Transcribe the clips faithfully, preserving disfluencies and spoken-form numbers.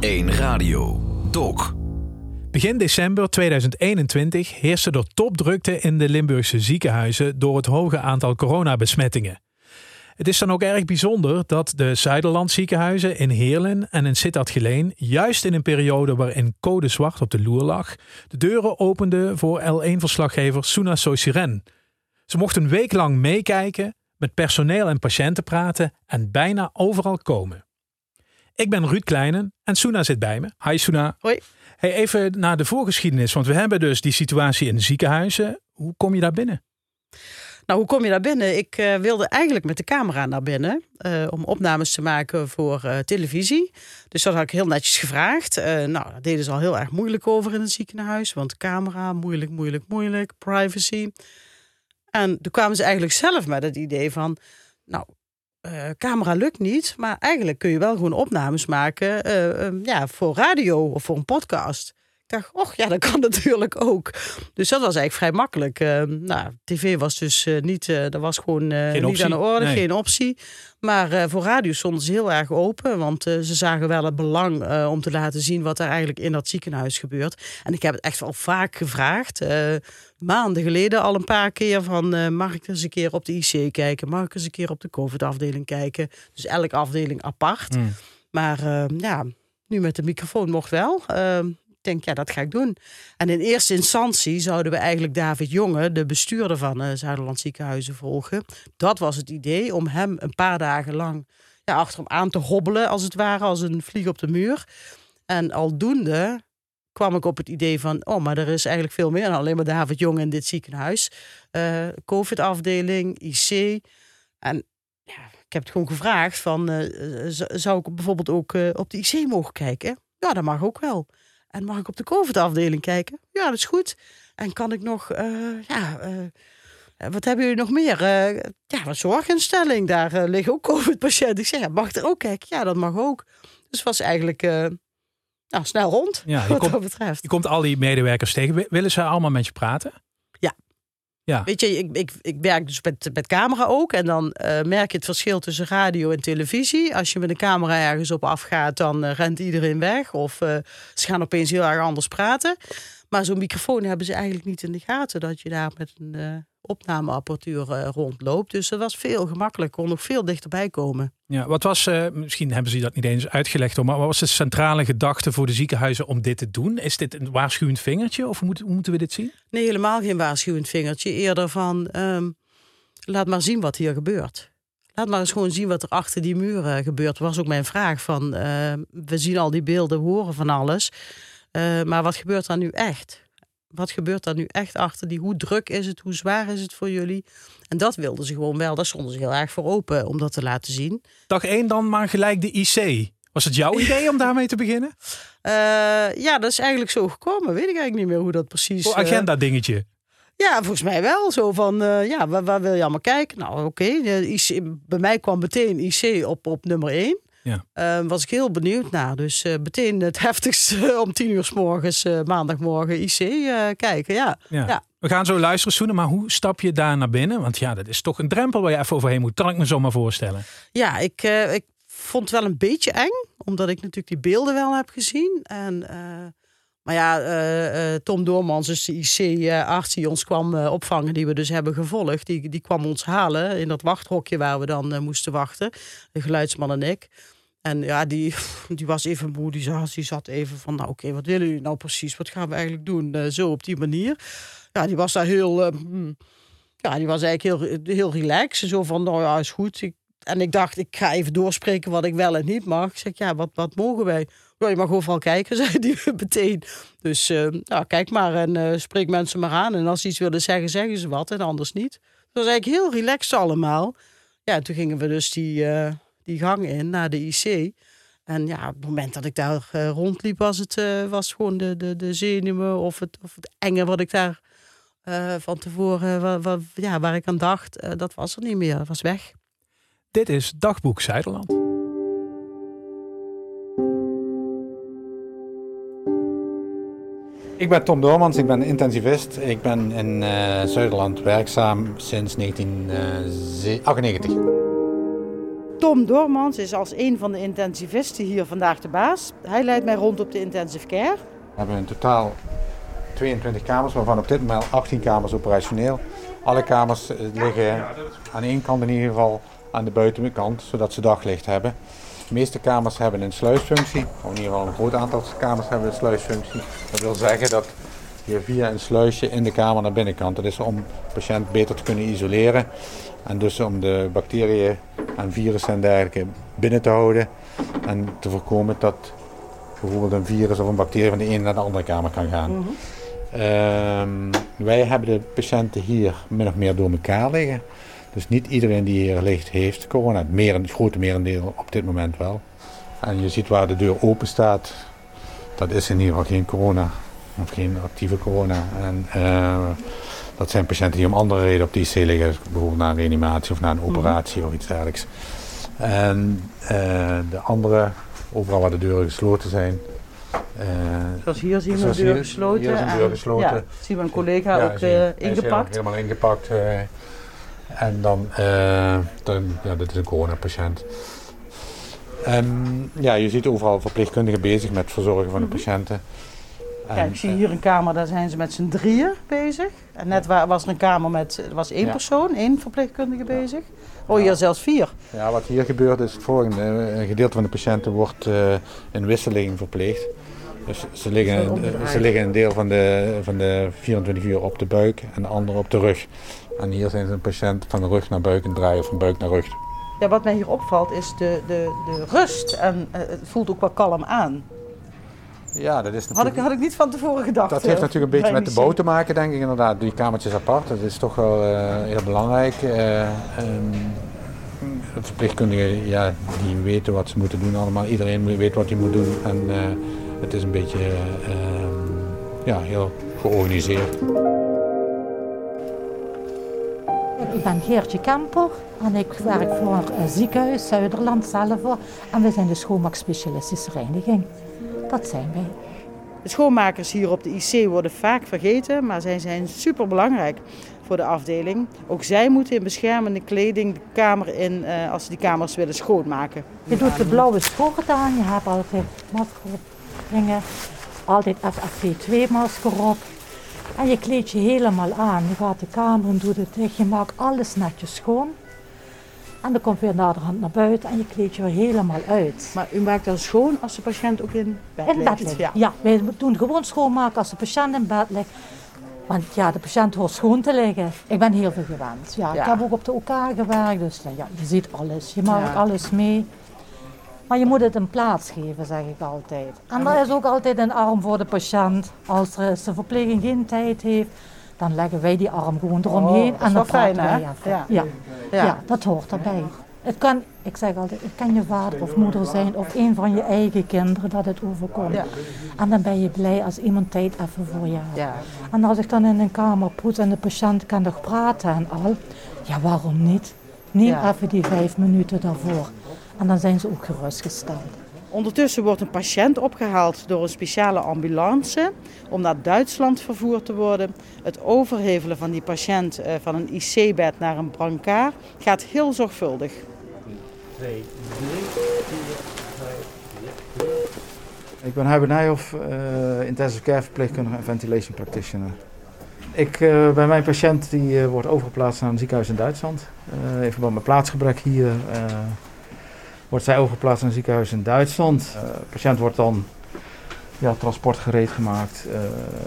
één Radio. Dok. Begin december tweeduizend eenentwintig heerste er topdrukte in de Limburgse ziekenhuizen door het hoge aantal coronabesmettingen. Het is dan ook erg bijzonder dat de Zuiderland ziekenhuizen in Heerlen en in Sittard-Geleen juist in een periode waarin code zwart op de loer lag, de deuren openden voor L één verslaggever Suna Soysiren. Ze mocht een week lang meekijken, met personeel en patiënten praten en bijna overal komen. Ik ben Ruud Kleinen en Suna zit bij me. Hi Suna. Hoi. Hey, even naar de voorgeschiedenis, want we hebben dus die situatie in de ziekenhuizen. Hoe kom je daar binnen? Nou, hoe kom je daar binnen? Ik uh, wilde eigenlijk met de camera naar binnen uh, om opnames te maken voor uh, televisie. Dus dat had ik heel netjes gevraagd. Uh, nou, daar deden ze al heel erg moeilijk over in het ziekenhuis. Want camera, moeilijk, moeilijk, moeilijk. Privacy. En toen kwamen ze eigenlijk zelf met het idee van, nou, uh, camera lukt niet. Maar eigenlijk kun je wel gewoon opnames maken uh, um, ja, voor radio of voor een podcast. Ik dacht, och ja, dat kan natuurlijk ook. Dus dat was eigenlijk vrij makkelijk. Uh, nou, tv was dus uh, niet, uh, dat was gewoon uh, niet optie. aan de orde, Nee. geen optie. Maar uh, voor radio stonden ze heel erg open. Want uh, ze zagen wel het belang uh, om te laten zien wat er eigenlijk in dat ziekenhuis gebeurt. En ik heb het echt wel vaak gevraagd. Uh, maanden geleden al een paar keer van, uh, mag ik eens een keer op de I C kijken? Mag ik eens een keer op de COVID-afdeling kijken? Dus elke afdeling apart. Mm. Maar uh, ja, nu met de microfoon mocht wel. Uh, Ik denk, ja, dat ga ik doen. En in eerste instantie zouden we eigenlijk David Jonge, de bestuurder van uh, Zuiderland Ziekenhuizen, volgen. Dat was het idee, om hem een paar dagen lang ja, achter hem aan te hobbelen, als het ware, als een vlieg op de muur. En aldoende kwam ik op het idee van, oh, maar er is eigenlijk veel meer dan alleen maar David Jonge in dit ziekenhuis. Uh, COVID-afdeling, I C. En ja, ik heb het gewoon gevraagd van, uh, zou ik bijvoorbeeld ook uh, op de I C mogen kijken? Ja, dat mag ook wel. En mag ik op de COVID-afdeling kijken? Ja, dat is goed. En kan ik nog, uh, ja, uh, wat hebben jullie nog meer? Uh, ja, een zorginstelling, daar uh, liggen ook COVID-patiënten. Ik zeg, ja, mag ik er ook kijken? Ja, dat mag ook. Dus het was eigenlijk uh, nou, snel rond, Ja, je wat komt, dat betreft. Je komt al die medewerkers tegen. Willen ze allemaal met je praten? Ja. Ja. Weet je, ik, ik, ik werk dus met, met camera ook. En dan uh, merk je het verschil tussen radio en televisie. Als je met een camera ergens op afgaat, dan uh, rent iedereen weg. Of uh, ze gaan opeens heel erg anders praten. Maar zo'n microfoon hebben ze eigenlijk niet in de gaten, dat je daar met een uh, opnameapparatuur uh, rondloopt. Dus dat was veel gemakkelijker, kon nog veel dichterbij komen. Ja, wat was, uh, misschien hebben ze dat niet eens uitgelegd, hoor, maar wat was de centrale gedachte voor de ziekenhuizen om dit te doen? Is dit een waarschuwend vingertje of hoe, moet, hoe moeten we dit zien? Nee, helemaal geen waarschuwend vingertje. Eerder van, um, laat maar zien wat hier gebeurt. Laat maar eens gewoon zien wat er achter die muren gebeurt. Dat was ook mijn vraag van, uh, we zien al die beelden, we horen van alles. Uh, maar wat gebeurt er nu echt? Wat gebeurt er nu echt achter die? Hoe druk is het? Hoe zwaar is het voor jullie? En dat wilden ze gewoon wel. Daar stonden ze heel erg voor open om dat te laten zien. Dag één dan maar gelijk de I C. Was het jouw idee om daarmee te beginnen? Uh, ja, dat is eigenlijk zo gekomen. Weet ik eigenlijk niet meer hoe dat precies... Voor agenda dingetje. Uh, ja, volgens mij wel. Zo van, uh, ja, waar, waar wil je allemaal kijken? Nou, oké. Okay. Bij mij kwam meteen I C op, op nummer één. Ja. Uh, was ik heel benieuwd naar. Dus uh, meteen het heftigste om tien uur 's morgens, uh, maandagmorgen, I C uh, kijken. Ja. Ja. Ja. We gaan zo luisteren, Soene, maar hoe stap je daar naar binnen? Want ja, dat is toch een drempel waar je even overheen moet. Kan ik me zo maar voorstellen. Ja, ik, uh, ik vond het wel een beetje eng. Omdat ik natuurlijk die beelden wel heb gezien. En, uh, maar ja, uh, uh, Tom Doormans, dus de I C-arts die ons kwam uh, opvangen, die we dus hebben gevolgd. Die, die kwam ons halen in dat wachthokje waar we dan uh, moesten wachten. De geluidsman en ik. En ja, die, die was even moe. Die zat, die zat even van, nou oké, okay, wat willen jullie nou precies? Wat gaan we eigenlijk doen? Uh, zo op die manier. Ja, die was daar heel... Uh, ja, die was eigenlijk heel, heel relaxed. Zo van, nou ja, is goed. Ik, en ik dacht, ik ga even doorspreken wat ik wel en niet mag. Ik zeg, ja, wat, wat mogen wij? Ja, je mag overal kijken, zei die meteen. Dus uh, nou, kijk maar en uh, spreek mensen maar aan. En als ze iets willen zeggen, zeggen ze wat en anders niet. Het was eigenlijk heel relaxed allemaal. Ja, en toen gingen we dus die... Uh, die gang in naar de I C. En ja, op het moment dat ik daar uh, rondliep, was het uh, was gewoon de, de, de zenuwen of het, of het enge wat ik daar uh, van tevoren, uh, wa, wa, ja, waar ik aan dacht, uh, dat was er niet meer. Dat was weg. Dit is Dagboek Zuiderland. Ik ben Tom Doormans, ik ben intensivist. Ik ben in uh, Zuiderland werkzaam sinds negentien achtennegentig. Tom Doormans is als een van de intensivisten hier vandaag de baas. Hij leidt mij rond op de intensive care. We hebben in totaal tweeëntwintig kamers, waarvan op dit moment achttien kamers operationeel. Alle kamers liggen aan één kant in ieder geval aan de buitenkant, zodat ze daglicht hebben. De meeste kamers hebben een sluisfunctie, of in ieder geval een groot aantal kamers hebben een sluisfunctie. Dat wil zeggen dat je via een sluisje in de kamer naar binnenkant. Dat is om de patiënt beter te kunnen isoleren en dus om de bacteriën en virussen en dergelijke binnen te houden en te voorkomen dat bijvoorbeeld een virus of een bacterie van de ene naar de andere kamer kan gaan. Mm-hmm. Uh, wij hebben de patiënten hier min of meer door elkaar liggen. Dus niet iedereen die hier ligt heeft corona. Het, meer, het grote merendeel op dit moment wel. En je ziet waar de deur open staat, dat is in ieder geval geen corona. Of geen actieve corona. En uh, dat zijn patiënten die om andere redenen op de I C liggen. Bijvoorbeeld na een reanimatie of na een operatie mm-hmm. of iets dergelijks. En uh, de andere, overal waar de deuren gesloten zijn. Uh, Zoals hier zien we de deur gesloten. Hier is een deur gesloten. Ja, zien we een collega ja, ook uh, ingepakt. Helemaal ingepakt. Uh, en dan, uh, dan, ja, dit is een coronapatiënt. Um, ja, je ziet overal verpleegkundigen bezig met het verzorgen van de patiënten. En, ja, ik zie hier een kamer, daar zijn ze met z'n drieën bezig. En net was er een kamer met, er was één ja. persoon, één verpleegkundige bezig. Oh, hier ja. zelfs vier. Ja, wat hier gebeurt is het volgende. Een gedeelte van de patiënten wordt uh, in wisseling verpleegd. Dus ze liggen, ze liggen een deel van de, van de vierentwintig uur op de buik en de andere op de rug. En hier zijn ze een patiënt van de rug naar buik en draaien of van buik naar rug. Ja, wat mij hier opvalt is de, de, de rust en uh, het voelt ook wel kalm aan. Ja, dat is had, ik, had ik niet van tevoren gedacht. Dat heeft natuurlijk een beetje met de bouw te maken, denk ik inderdaad. Die kamertjes apart, dat is toch wel uh, heel belangrijk. Uh, um, de verpleegkundigen, ja, die weten wat ze moeten doen allemaal. Iedereen weet wat hij moet doen. En uh, het is een beetje uh, um, ja, heel georganiseerd. Ik ben Geertje Kemper en ik werk voor het ziekenhuis Zuiderland zelf. En we zijn de schoonmaakspecialistische reiniging. Dat zijn wij. De schoonmakers hier op de I C worden vaak vergeten, maar zij zijn superbelangrijk voor de afdeling. Ook zij moeten in beschermende kleding de kamer in uh, als ze die kamers willen schoonmaken. Je doet de blauwe schort aan, je hebt altijd masker op, dingen, altijd F F P twee masker op. En je kleedt je helemaal aan. Je gaat de kamer in, doet het dicht, je maakt alles netjes schoon. En dan komt weer naderhand naar buiten en je kleed je weer helemaal uit. Maar u maakt dan schoon als de patiënt ook in bed ligt? In bed ligt, ja. ja. Wij doen gewoon schoonmaken als de patiënt in bed ligt. Want ja, de patiënt hoort schoon te liggen. Ik ben heel veel gewend. Ja, ja. Ik heb ook op de O K gewerkt, dus ja, je ziet alles. Je maakt ja. alles mee. Maar je moet het een plaats geven, zeg ik altijd. En er is ook altijd een arm voor de patiënt. Als de verpleging geen tijd heeft, dan leggen wij die arm gewoon eromheen oh, en dan praten wij even. Ja. Ja. Ja. ja, dat hoort erbij. Het kan, ik zeg altijd, het kan je vader of moeder zijn of een van je eigen kinderen dat het overkomt. Ja. En dan ben je blij als iemand tijd even voor je heeft. Ja. En als ik dan in een kamer poets en de patiënt kan nog praten en al, ja waarom niet? Neem ja. even die vijf minuten daarvoor. En dan zijn ze ook gerustgesteld. Ondertussen wordt een patiënt opgehaald door een speciale ambulance om naar Duitsland vervoerd te worden. Het overhevelen van die patiënt van een I C-bed naar een brancard gaat heel zorgvuldig. twee, drie, vier, vijf, vier. Ik ben Huiber Nijhoff, uh, intensive care verpleegkundige en ventilation practitioner. Ik, uh, bij mijn patiënt die uh, wordt overgeplaatst naar een ziekenhuis in Duitsland. Uh, in verband met plaatsgebrek hier uh, wordt zij overgeplaatst naar een ziekenhuis in Duitsland. Uh, de patiënt wordt dan ja, transportgereed gemaakt. Uh,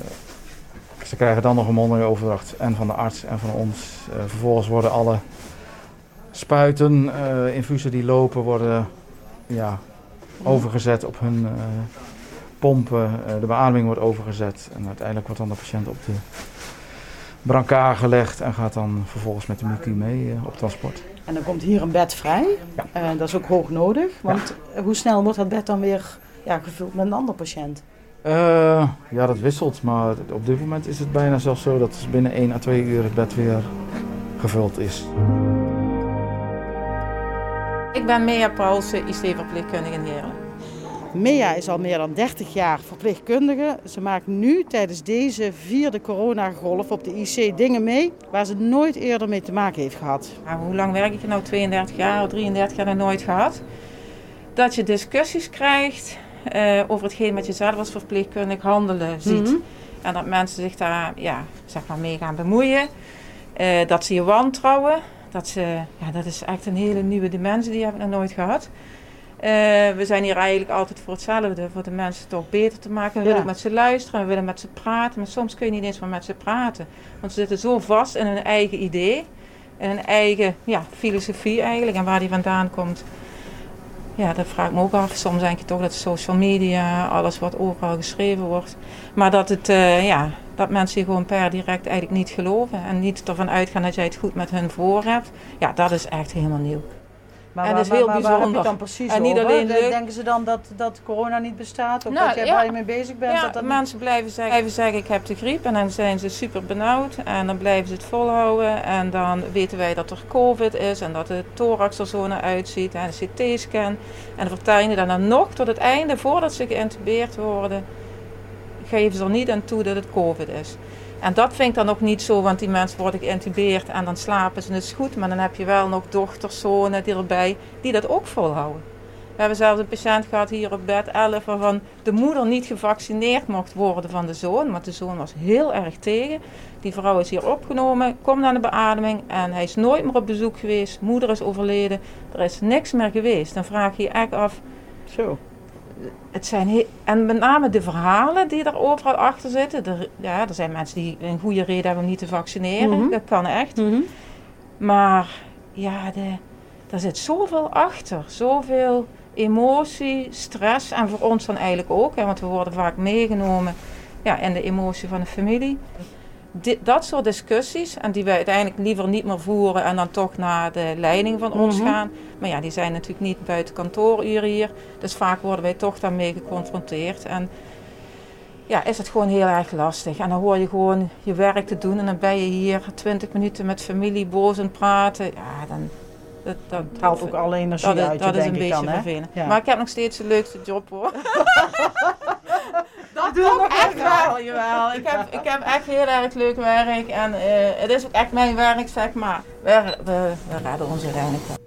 ze krijgen dan nog een mondelinge overdracht en van de arts en van ons. Uh, vervolgens worden alle spuiten, uh, infusen die lopen, worden ja, overgezet op hun uh, pompen. Uh, de beademing wordt overgezet en uiteindelijk wordt dan de patiënt op de brancard gelegd en gaat dan vervolgens met de M U C I mee uh, op transport. En dan komt hier een bed vrij. Ja. Uh, dat is ook hoog nodig, want ja. hoe snel wordt dat bed dan weer ja, gevuld met een ander patiënt? Uh, ja, dat wisselt, maar op dit moment is het bijna zelfs zo dat binnen één à twee uur het bed weer gevuld is. Ik ben Mea Paulsen, I C-verpleegkundige in Heerlen. Mea is al meer dan dertig jaar verpleegkundige. Ze maakt nu tijdens deze vierde coronagolf op de I C dingen mee waar ze nooit eerder mee te maken heeft gehad. Nou, hoe lang werk ik er nou? tweeëndertig jaar of drieëndertig jaar nog nooit gehad. Dat je discussies krijgt uh, over hetgeen wat je zelf als verpleegkundig handelen ziet. Mm-hmm. En dat mensen zich daar ja, zeg maar mee gaan bemoeien. Uh, dat ze je wantrouwen. Dat, ze, ja, dat is echt een hele nieuwe dimensie, die heb ik nog nooit gehad. Uh, we zijn hier eigenlijk altijd voor hetzelfde, voor de mensen toch beter te maken. We ja. willen ook met ze luisteren, we willen met ze praten, maar soms kun je niet eens meer met ze praten. Want ze zitten zo vast in hun eigen idee, in hun eigen ja, filosofie eigenlijk, en waar die vandaan komt. Ja, dat vraag ik me ook af. Soms denk je toch dat social media, alles wat overal geschreven wordt. Maar dat, het, uh, ja, dat mensen je gewoon per direct eigenlijk niet geloven. En niet ervan uitgaan dat jij het goed met hun voor hebt. Ja, dat is echt helemaal nieuw. Maar, en maar, dat is heel maar, maar bijzonder. waar heb je dan precies en niet over? alleen leuk. Denken ze dan dat, dat corona niet bestaat? Of nou, dat jij ja. waar je mee bezig bent? Ja, dat dat mensen blijven zeggen, blijven zeggen ik heb de griep. En dan zijn ze super benauwd. En dan blijven ze het volhouden. En dan weten wij dat er COVID is. En dat de thorax er zo naar uitziet. En de C T-scan. En dan vertellen je dan nog tot het einde, voordat ze geïntubeerd worden, geven ze er niet aan toe dat het COVID is. En dat vind ik dan ook niet zo, want die mensen worden geïntubeerd en dan slapen ze, en het is goed. Maar dan heb je wel nog dochters, zonen die erbij, die dat ook volhouden. We hebben zelfs een patiënt gehad hier op bed elf, waarvan de moeder niet gevaccineerd mocht worden van de zoon. Want de zoon was heel erg tegen. Die vrouw is hier opgenomen, komt aan de beademing en hij is nooit meer op bezoek geweest. Moeder is overleden, er is niks meer geweest. Dan vraag je je echt af. Zo. Het zijn he- en met name de verhalen die er overal achter zitten. Er, ja, er zijn mensen die een goede reden hebben om niet te vaccineren. Mm-hmm. Dat kan echt. Mm-hmm. Maar ja, de, er zit zoveel achter. Zoveel emotie, stress. En voor ons dan eigenlijk ook. Hè, want we worden vaak meegenomen ja, in de emotie van de familie. Di- dat soort discussies. En die we uiteindelijk liever niet meer voeren. En dan toch naar de leiding van ons mm-hmm. gaan. Maar ja, die zijn natuurlijk niet buiten kantooruren hier. Dus vaak worden wij toch daarmee geconfronteerd. En ja, is het gewoon heel erg lastig. En dan hoor je gewoon je werk te doen. En dan ben je hier twintig minuten met familie boos aan het praten. Ja, dan... Dat, dat, het haalt ook alle energie dat, uit dat je, is een denk beetje ik dan, vervelend. Ja. Maar ik heb nog steeds de leukste job, hoor. Dat doe ik nog echt wel, jawel. Ik heb, ik heb echt heel erg leuk werk. En uh, het is ook echt mijn werk, zeg maar. We, we, we redden ons uiteindelijk wel.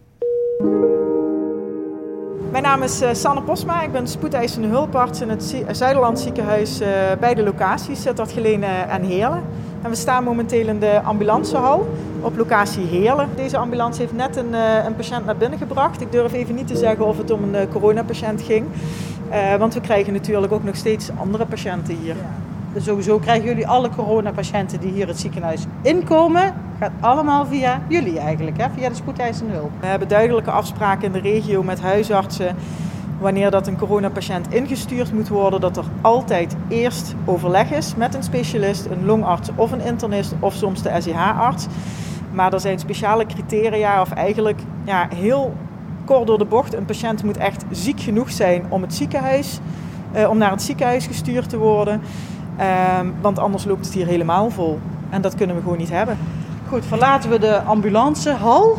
Mijn naam is uh, Sanne Posma. Ik ben spoedeisende hulparts in het Zie- Zuiderland ziekenhuis. Uh, bij de locaties, Sittard-Geleen en Heerlen. En we staan momenteel in de ambulancehal op locatie Heerlen. Deze ambulance heeft net een, uh, een patiënt naar binnen gebracht. Ik durf even niet te zeggen of het om een uh, coronapatiënt ging. Uh, want we krijgen natuurlijk ook nog steeds andere patiënten hier. Ja. Dus sowieso krijgen jullie alle coronapatiënten die hier het ziekenhuis inkomen. Gaat allemaal via jullie eigenlijk, hè? Via de spoedeisende hulp. We hebben duidelijke afspraken in de regio met huisartsen. Wanneer dat een coronapatiënt ingestuurd moet worden, dat er altijd eerst overleg is met een specialist, een longarts of een internist of soms de S I H-arts. Maar er zijn speciale criteria of eigenlijk ja, heel kort door de bocht. Een patiënt moet echt ziek genoeg zijn om, het ziekenhuis, uh, om naar het ziekenhuis gestuurd te worden. Uh, want anders loopt het hier helemaal vol. En dat kunnen we gewoon niet hebben. Goed, verlaten we de ambulancehal.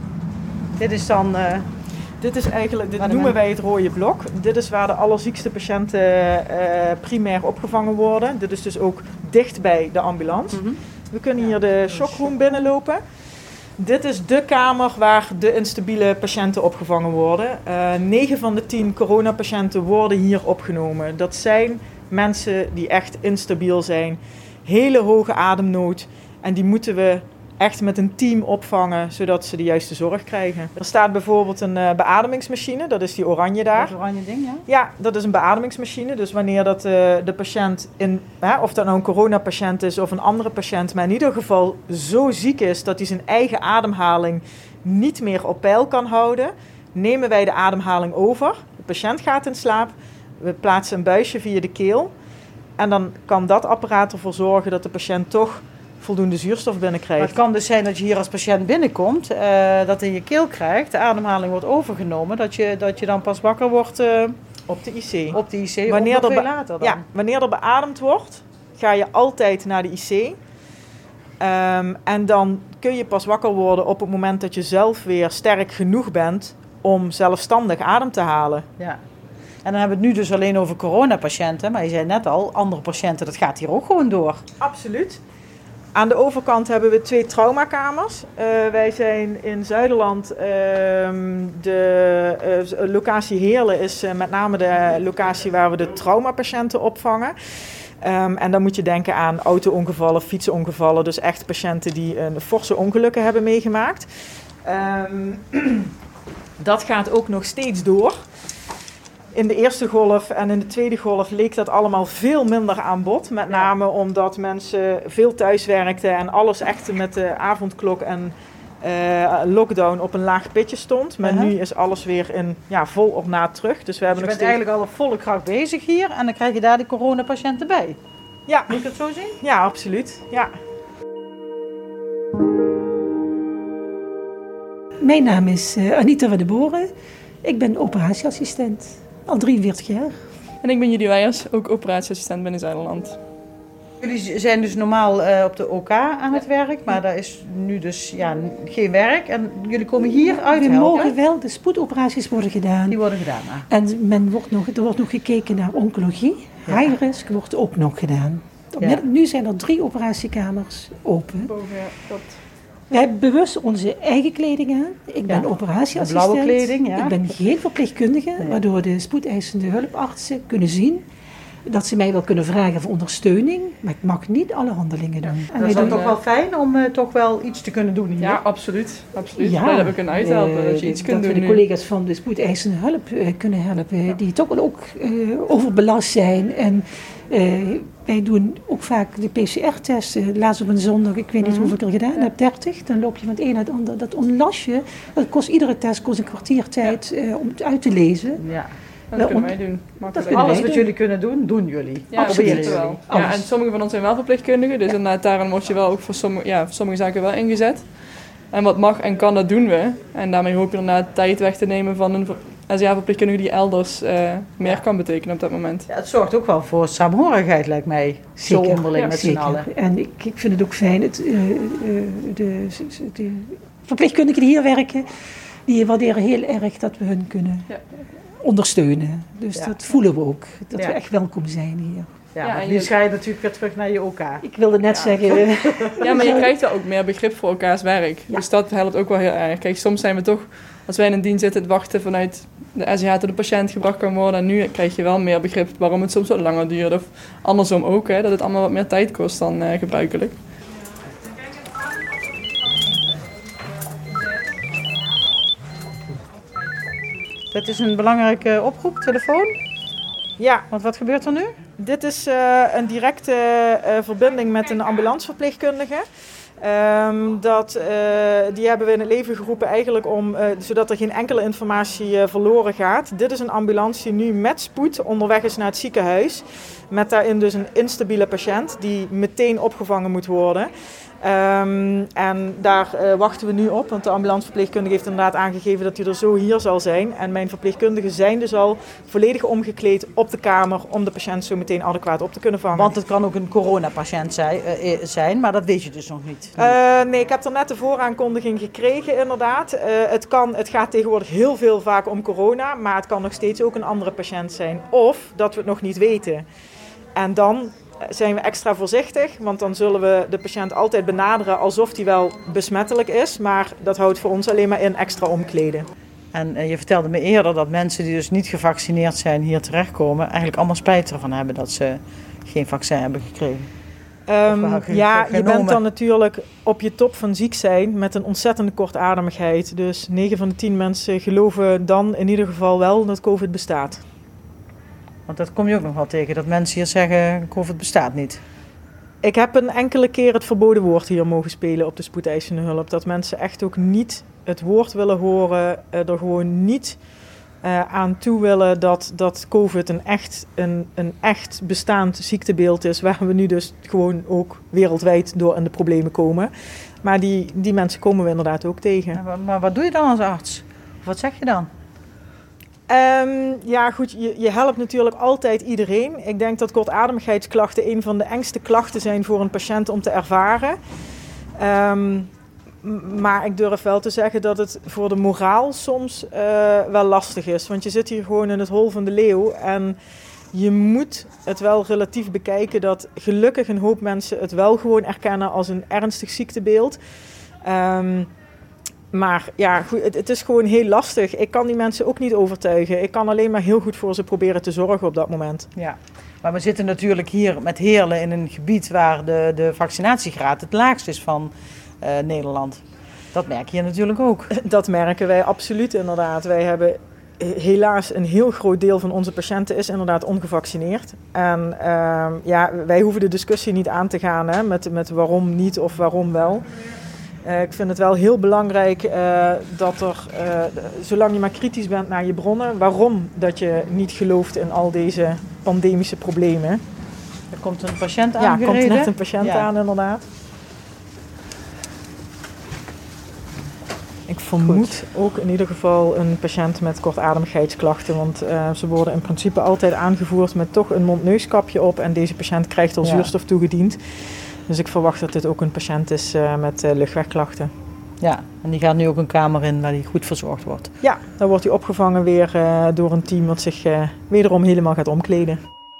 Dit is dan... Uh... Dit is eigenlijk, dit noemen wij het rode blok. Dit is waar de allerziekste patiënten uh, primair opgevangen worden. Dit is dus ook dicht bij de ambulance. Mm-hmm. We kunnen hier de shockroom binnenlopen. Dit is de kamer waar de instabiele patiënten opgevangen worden. negen uh, van de tien coronapatiënten worden hier opgenomen. Dat zijn mensen die echt instabiel zijn. Hele hoge ademnood. En die moeten we echt met een team opvangen, zodat ze de juiste zorg krijgen. Er staat bijvoorbeeld een uh, beademingsmachine, dat is die oranje daar. Dat oranje ding, ja? Ja, dat is een beademingsmachine. Dus wanneer dat, uh, de patiënt, in, hè, of dat nou een coronapatiënt is of een andere patiënt, maar in ieder geval zo ziek is dat hij zijn eigen ademhaling niet meer op peil kan houden, nemen wij de ademhaling over. De patiënt gaat in slaap, we plaatsen een buisje via de keel en dan kan dat apparaat ervoor zorgen dat de patiënt toch voldoende zuurstof binnenkrijgt. Maar het kan dus zijn dat je hier als patiënt binnenkomt, uh, dat in je keel krijgt, de ademhaling wordt overgenomen, dat je, dat je dan pas wakker wordt uh, op de I C. Op de I C, wanneer of nog er veel later dan? Ja, wanneer er beademd wordt, ga je altijd naar de I C. Um, en dan kun je pas wakker worden op het moment dat je zelf weer sterk genoeg bent om zelfstandig adem te halen. Ja. En dan hebben we het nu dus alleen over coronapatiënten. Maar je zei net al, andere patiënten, dat gaat hier ook gewoon door. Absoluut. Aan de overkant hebben we twee traumakamers. Uh, wij zijn in Zuiderland, uh, de uh, locatie Heerlen is uh, met name de locatie waar we de traumapatiënten opvangen. Um, en dan moet je denken aan auto-ongevallen, fietsenongevallen. Dus echt patiënten die een forse ongelukken hebben meegemaakt. Um, dat gaat ook nog steeds door. In de eerste golf en in de tweede golf leek dat allemaal veel minder aan bod. Met name omdat mensen veel thuis werkten en alles echt met de avondklok en uh, lockdown op een laag pitje stond. Maar uh-huh. nu is alles weer in ja, vol op na terug. Dus we hebben dus je nog bent steeds... eigenlijk al op volle kracht bezig hier en dan krijg je daar de coronapatiënten bij. Ja. Moet ik het zo zien? Ja, absoluut. Ja. Mijn naam is uh, Anita van de Boren. Ik ben operatieassistent. Al drieënveertig jaar. En ik ben Judy Weijers, ook operatieassistent binnen Zuiderland. Jullie zijn dus normaal uh, op de O K aan het werk, maar daar is nu dus ja, geen werk. En jullie komen hier uit We helpen? mogen wel, de spoedoperaties worden gedaan. Die worden gedaan, ah. En men wordt nog, er wordt nog gekeken naar oncologie. Ja. High risk wordt ook nog gedaan. Ja. Nu zijn er drie operatiekamers open. Boven, dat... We hebben bewust onze eigen kleding aan. Ik ben ja. operatieassistent. Blauwe kleding, ja. Ik ben geen verpleegkundige, ja. waardoor de spoedeisende hulpartsen kunnen zien dat ze mij wel kunnen vragen voor ondersteuning, maar ik mag niet alle handelingen doen. Ja. Dat is dan toch wel fijn om uh, toch wel iets te kunnen doen hier? Ja, absoluut. absoluut. Ja, dat we kunnen uithelpen, uh, dat je iets kunt doen. Dat we de collega's van de spoedeisende hulp uh, kunnen helpen, ja. die toch wel ook uh, overbelast zijn. En uh, wij doen ook vaak de P C R-testen. Laatst op een zondag, ik weet niet mm-hmm. hoeveel ik er gedaan ja. heb, dertig. Dan loop je van het een naar het ander. Dat ontlast je. Dat kost iedere test kost een kwartier tijd ja. uh, om het uit te lezen. Ja. Dat wel, kunnen wij doen. Dat alles wat doen. jullie kunnen doen, doen jullie. Ja, absoluut wel. Ja, en sommige van ons zijn wel verpleegkundigen, dus ja. inderdaad daarom word je wel ook voor sommige, ja, voor sommige zaken wel ingezet. En wat mag en kan, dat doen we. En daarmee hoop je inderdaad tijd weg te nemen van een S E A-verpleegkundige die elders uh, meer ja. kan betekenen op dat moment. Ja, het zorgt ook wel voor saamhorigheid, lijkt mij. Zeker, zo onderling ja, met z'n allen. En ik, ik vind het ook fijn, het, uh, uh, de, de verpleegkundigen die hier werken, die waarderen heel erg dat we hun kunnen... Ja. ondersteunen. Dus ja. dat voelen we ook. Dat ja. we echt welkom zijn hier. Ja, ja, en nu ga je natuurlijk weer terug naar je O K. Ik wilde net ja. zeggen... ja, maar je krijgt er ook meer begrip voor elkaars werk. Ja. Dus dat helpt ook wel heel erg. Kijk, soms zijn we toch, als wij in een dienst zitten, het wachten vanuit de S E A tot de patiënt gebracht kan worden. En nu krijg je wel meer begrip waarom het soms wat langer duurt. Of andersom ook, hè, dat het allemaal wat meer tijd kost dan uh, gebruikelijk. Dat is een belangrijke oproep, telefoon. Ja. Want wat gebeurt er nu? Dit is uh, een directe uh, verbinding met een ambulanceverpleegkundige. Um, dat, uh, die hebben we in het leven geroepen eigenlijk om, uh, zodat er geen enkele informatie uh, verloren gaat. Dit is een ambulance die nu met spoed onderweg is naar het ziekenhuis. Met daarin dus een instabiele patiënt die meteen opgevangen moet worden. Um, en daar uh, wachten we nu op, want de ambulanceverpleegkundige heeft inderdaad aangegeven dat hij er zo hier zal zijn. En mijn verpleegkundigen zijn dus al volledig omgekleed op de kamer om de patiënt zo meteen adequaat op te kunnen vangen. Want het kan ook een coronapatiënt zijn, uh, zijn maar dat weet je dus nog niet. Uh, nee, ik heb er net de vooraankondiging gekregen inderdaad. Uh, het, kan, het gaat tegenwoordig heel veel vaak om corona, maar het kan nog steeds ook een andere patiënt zijn. Of dat we het nog niet weten. En dan zijn we extra voorzichtig, want dan zullen we de patiënt altijd benaderen alsof hij wel besmettelijk is. Maar dat houdt voor ons alleen maar in extra omkleden. En uh, je vertelde me eerder dat mensen die dus niet gevaccineerd zijn hier terechtkomen, eigenlijk allemaal spijt ervan hebben dat ze geen vaccin hebben gekregen. Um, ja, je bent dan natuurlijk op je top van ziek zijn met een ontzettende kortademigheid. Dus negen van de tien mensen geloven dan in ieder geval wel dat COVID bestaat. Want dat kom je ook nog wel tegen, dat mensen hier zeggen, COVID bestaat niet. Ik heb een enkele keer het verboden woord hier mogen spelen op de spoedeisende hulp. Dat mensen echt ook niet het woord willen horen, er gewoon niet uh, aan toe willen dat, dat COVID een echt, een, een echt bestaand ziektebeeld is. Waar we nu dus gewoon ook wereldwijd door in de problemen komen. Maar die, die mensen komen we inderdaad ook tegen. Ja, maar, maar wat doe je dan als arts? Of wat zeg je dan? Um, ja goed, je, je helpt natuurlijk altijd iedereen. Ik denk dat kortademigheidsklachten een van de engste klachten zijn voor een patiënt om te ervaren. Um, Maar ik durf wel te zeggen dat het voor de moraal soms uh, wel lastig is. Want je zit hier gewoon in het hol van de leeuw. En je moet het wel relatief bekijken dat gelukkig een hoop mensen het wel gewoon erkennen als een ernstig ziektebeeld. Um, maar ja, goed, het, het is gewoon heel lastig. Ik kan die mensen ook niet overtuigen. Ik kan alleen maar heel goed voor ze proberen te zorgen op dat moment. Ja. Maar we zitten natuurlijk hier met Heerlen in een gebied waar de, de vaccinatiegraad het laagst is van uh, Nederland. Dat merk je natuurlijk ook. Dat merken wij absoluut inderdaad. Wij hebben helaas een heel groot deel van onze patiënten is inderdaad ongevaccineerd. En uh, ja, wij hoeven de discussie niet aan te gaan hè, met, met waarom niet of waarom wel. Uh, ik vind het wel heel belangrijk uh, dat er, uh, zolang je maar kritisch bent naar je bronnen, waarom dat je niet gelooft in al deze pandemische problemen. Er komt een patiënt ja, aangereden. Ja, er komt net een patiënt ja. aan inderdaad. Ik vermoed Goed. ook in ieder geval een patiënt met kortademigheidsklachten. Want uh, ze worden in principe altijd aangevoerd met toch een mond-neuskapje op. En deze patiënt krijgt al ja. zuurstof toegediend. Dus ik verwacht dat dit ook een patiënt is uh, met uh, luchtwegklachten. Ja, en die gaat nu ook een kamer in waar hij goed verzorgd wordt. Ja, dan wordt hij opgevangen weer uh, door een team wat zich uh, wederom helemaal gaat omkleden.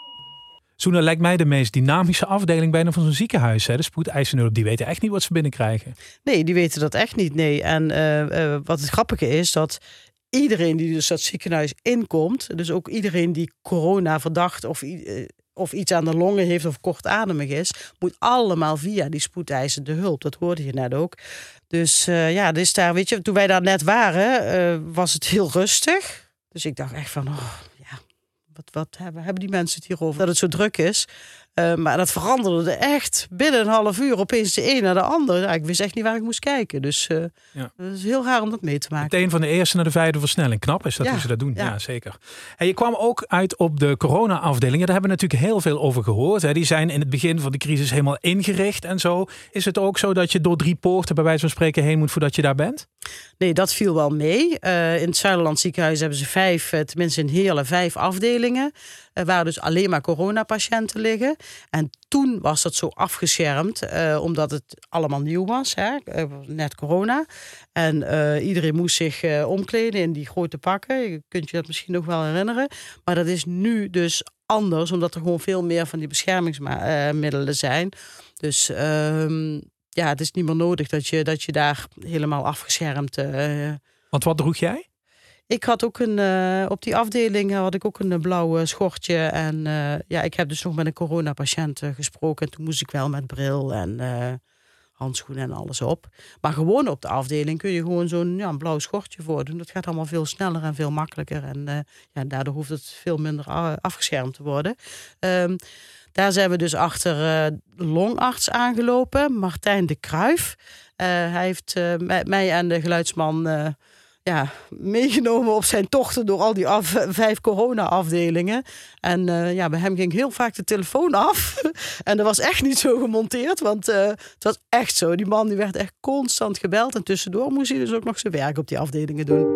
Soena, lijkt mij de meest dynamische afdeling bijna van zo'n ziekenhuis. Hè? De spoedeisende hulp, die weten echt niet wat ze binnenkrijgen. Nee, die weten dat echt niet. Nee. En uh, uh, wat het grappige is, dat iedereen die dus dat ziekenhuis inkomt, dus ook iedereen die corona verdacht of, uh, of iets aan de longen heeft of kortademig is, moet allemaal via die spoedeisende hulp. Dat hoorde je net ook. Dus uh, ja, dus daar, weet je, toen wij daar net waren, uh, was het heel rustig. Dus ik dacht echt van, oh, ja, wat, wat hebben, hebben die mensen het hierover? Dat het zo druk is. Uh, maar dat veranderde echt binnen een half uur opeens de een naar de ander. Ja, ik wist echt niet waar ik moest kijken. Dus uh, ja. Het is heel raar om dat mee te maken. Meteen van de eerste naar de vijfde versnelling. Knap is dat ja. hoe ze dat doen. Ja, ja zeker. En je kwam ook uit op de corona-afdelingen. Daar hebben we natuurlijk heel veel over gehoord. Hè. Die zijn in het begin van de crisis helemaal ingericht en zo. Is het ook zo dat je door drie poorten bij wijze van spreken heen moet voordat je daar bent? Nee, dat viel wel mee. Uh, in het Zuiderland ziekenhuis hebben ze vijf, tenminste in Heerlen, vijf afdelingen. Uh, waar dus alleen maar coronapatiënten liggen. En toen was dat zo afgeschermd, uh, omdat het allemaal nieuw was. Hè? Uh, net corona. En uh, iedereen moest zich uh, omkleden in die grote pakken. Je kunt je dat misschien nog wel herinneren. Maar dat is nu dus anders, omdat er gewoon veel meer van die beschermingsmiddelen zijn. Dus Uh, ja, het is niet meer nodig dat je, dat je daar helemaal afgeschermd... Uh... Want wat droeg jij? Ik had ook een... Uh, op die afdeling had ik ook een blauw schortje. En uh, ja, ik heb dus nog met een coronapatiënt uh, gesproken. En toen moest ik wel met bril en uh, handschoenen en alles op. Maar gewoon op de afdeling kun je gewoon zo'n ja, een blauw schortje voordoen. Dat gaat allemaal veel sneller en veel makkelijker. En uh, ja, daardoor hoeft het veel minder afgeschermd te worden. Um, Daar zijn we dus achter uh, longarts aangelopen, Martijn de Kruijf. Uh, hij heeft uh, mij en de geluidsman uh, ja, meegenomen op zijn tochten door al die af, vijf corona-afdelingen. En uh, ja, bij hem ging heel vaak de telefoon af. En dat was echt niet zo gemonteerd, want uh, het was echt zo. Die man die werd echt constant gebeld. En tussendoor moest hij dus ook nog zijn werk op die afdelingen doen.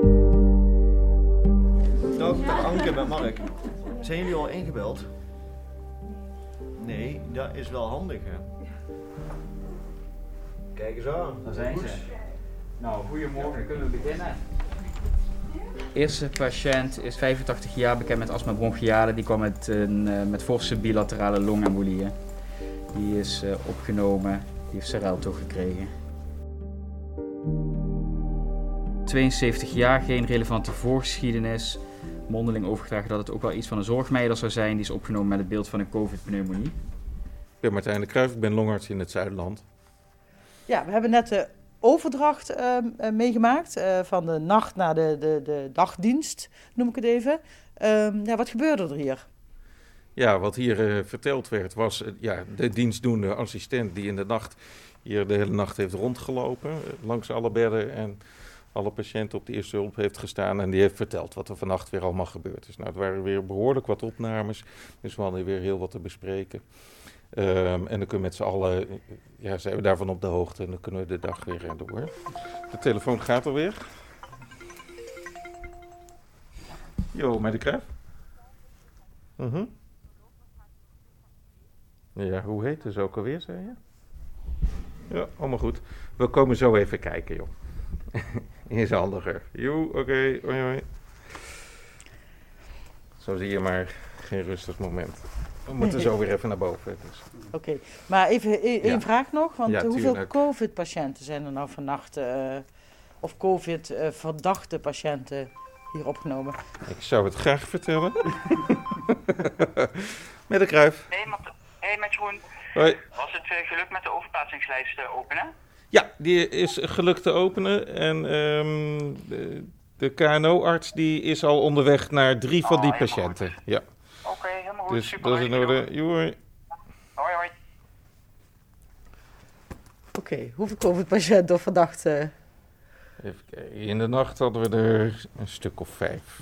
Dag, dag Anke met Mark. Zijn jullie al ingebeld? Nee, dat is wel handig, hè. Kijk eens aan. Daar zijn ze. Nou, goedemorgen, kunnen we beginnen? De eerste patiënt is vijfentachtig jaar, bekend met astma bronchiale. Die kwam met, een, met forse bilaterale longembolieën. Die is uh, opgenomen, die heeft Xarelto gekregen. tweeënzeventig jaar, geen relevante voorgeschiedenis. Mondeling overgedragen dat het ook wel iets van een zorgmeider zou zijn. Die is opgenomen met het beeld van een covid-pneumonie. Ik ben Martijn de Kruijf, ik ben longarts in het Zuiderland. Ja, we hebben net de overdracht uh, uh, meegemaakt. Uh, van de nacht naar de, de, de dagdienst, noem ik het even. Uh, ja, wat gebeurde er hier? Ja, wat hier uh, verteld werd was uh, ja, de dienstdoende assistent die in de nacht hier de hele nacht heeft rondgelopen. Uh, langs alle bedden en alle patiënten op de eerste hulp heeft gestaan en die heeft verteld wat er vannacht weer allemaal gebeurd is. Nou, het waren weer behoorlijk wat opnames, dus we hadden weer heel wat te bespreken. Um, en dan kunnen we met z'n allen, ja, zijn we daarvan op de hoogte en dan kunnen we de dag weer door. De telefoon gaat alweer. Jo, met de Kruijf? Uh-huh. Ja, hoe heet ze ook alweer, zei je? Ja, allemaal goed. We komen zo even kijken, joh. Is handiger. Joe, oké, okay, hoi hoi. Zo zie je maar, geen rustig moment. We moeten zo weer even naar boven. Dus. Oké, okay. Maar even één ja. vraag nog. Want ja, hoeveel tuurlijk. COVID-patiënten zijn er nou vannacht, uh, of COVID-verdachte patiënten hier opgenomen? Ik zou het graag vertellen. Met de Kruif. Hey, Mat- hey met Jeroen. Hoi. Was het uh, gelukt met de overplaatsingslijst uh, openen? Ja, die is gelukt te openen. En um, de, de K N O-arts die is al onderweg naar drie van oh, die patiënten. Goed. Ja. Oké, okay, helemaal goed. Dus super. dat is in orde. Hoi. Hoi, hoi. Oké, okay, hoeveel COVID-patiënten of verdachten? Even kijken. In de nacht hadden we er een stuk of vijf.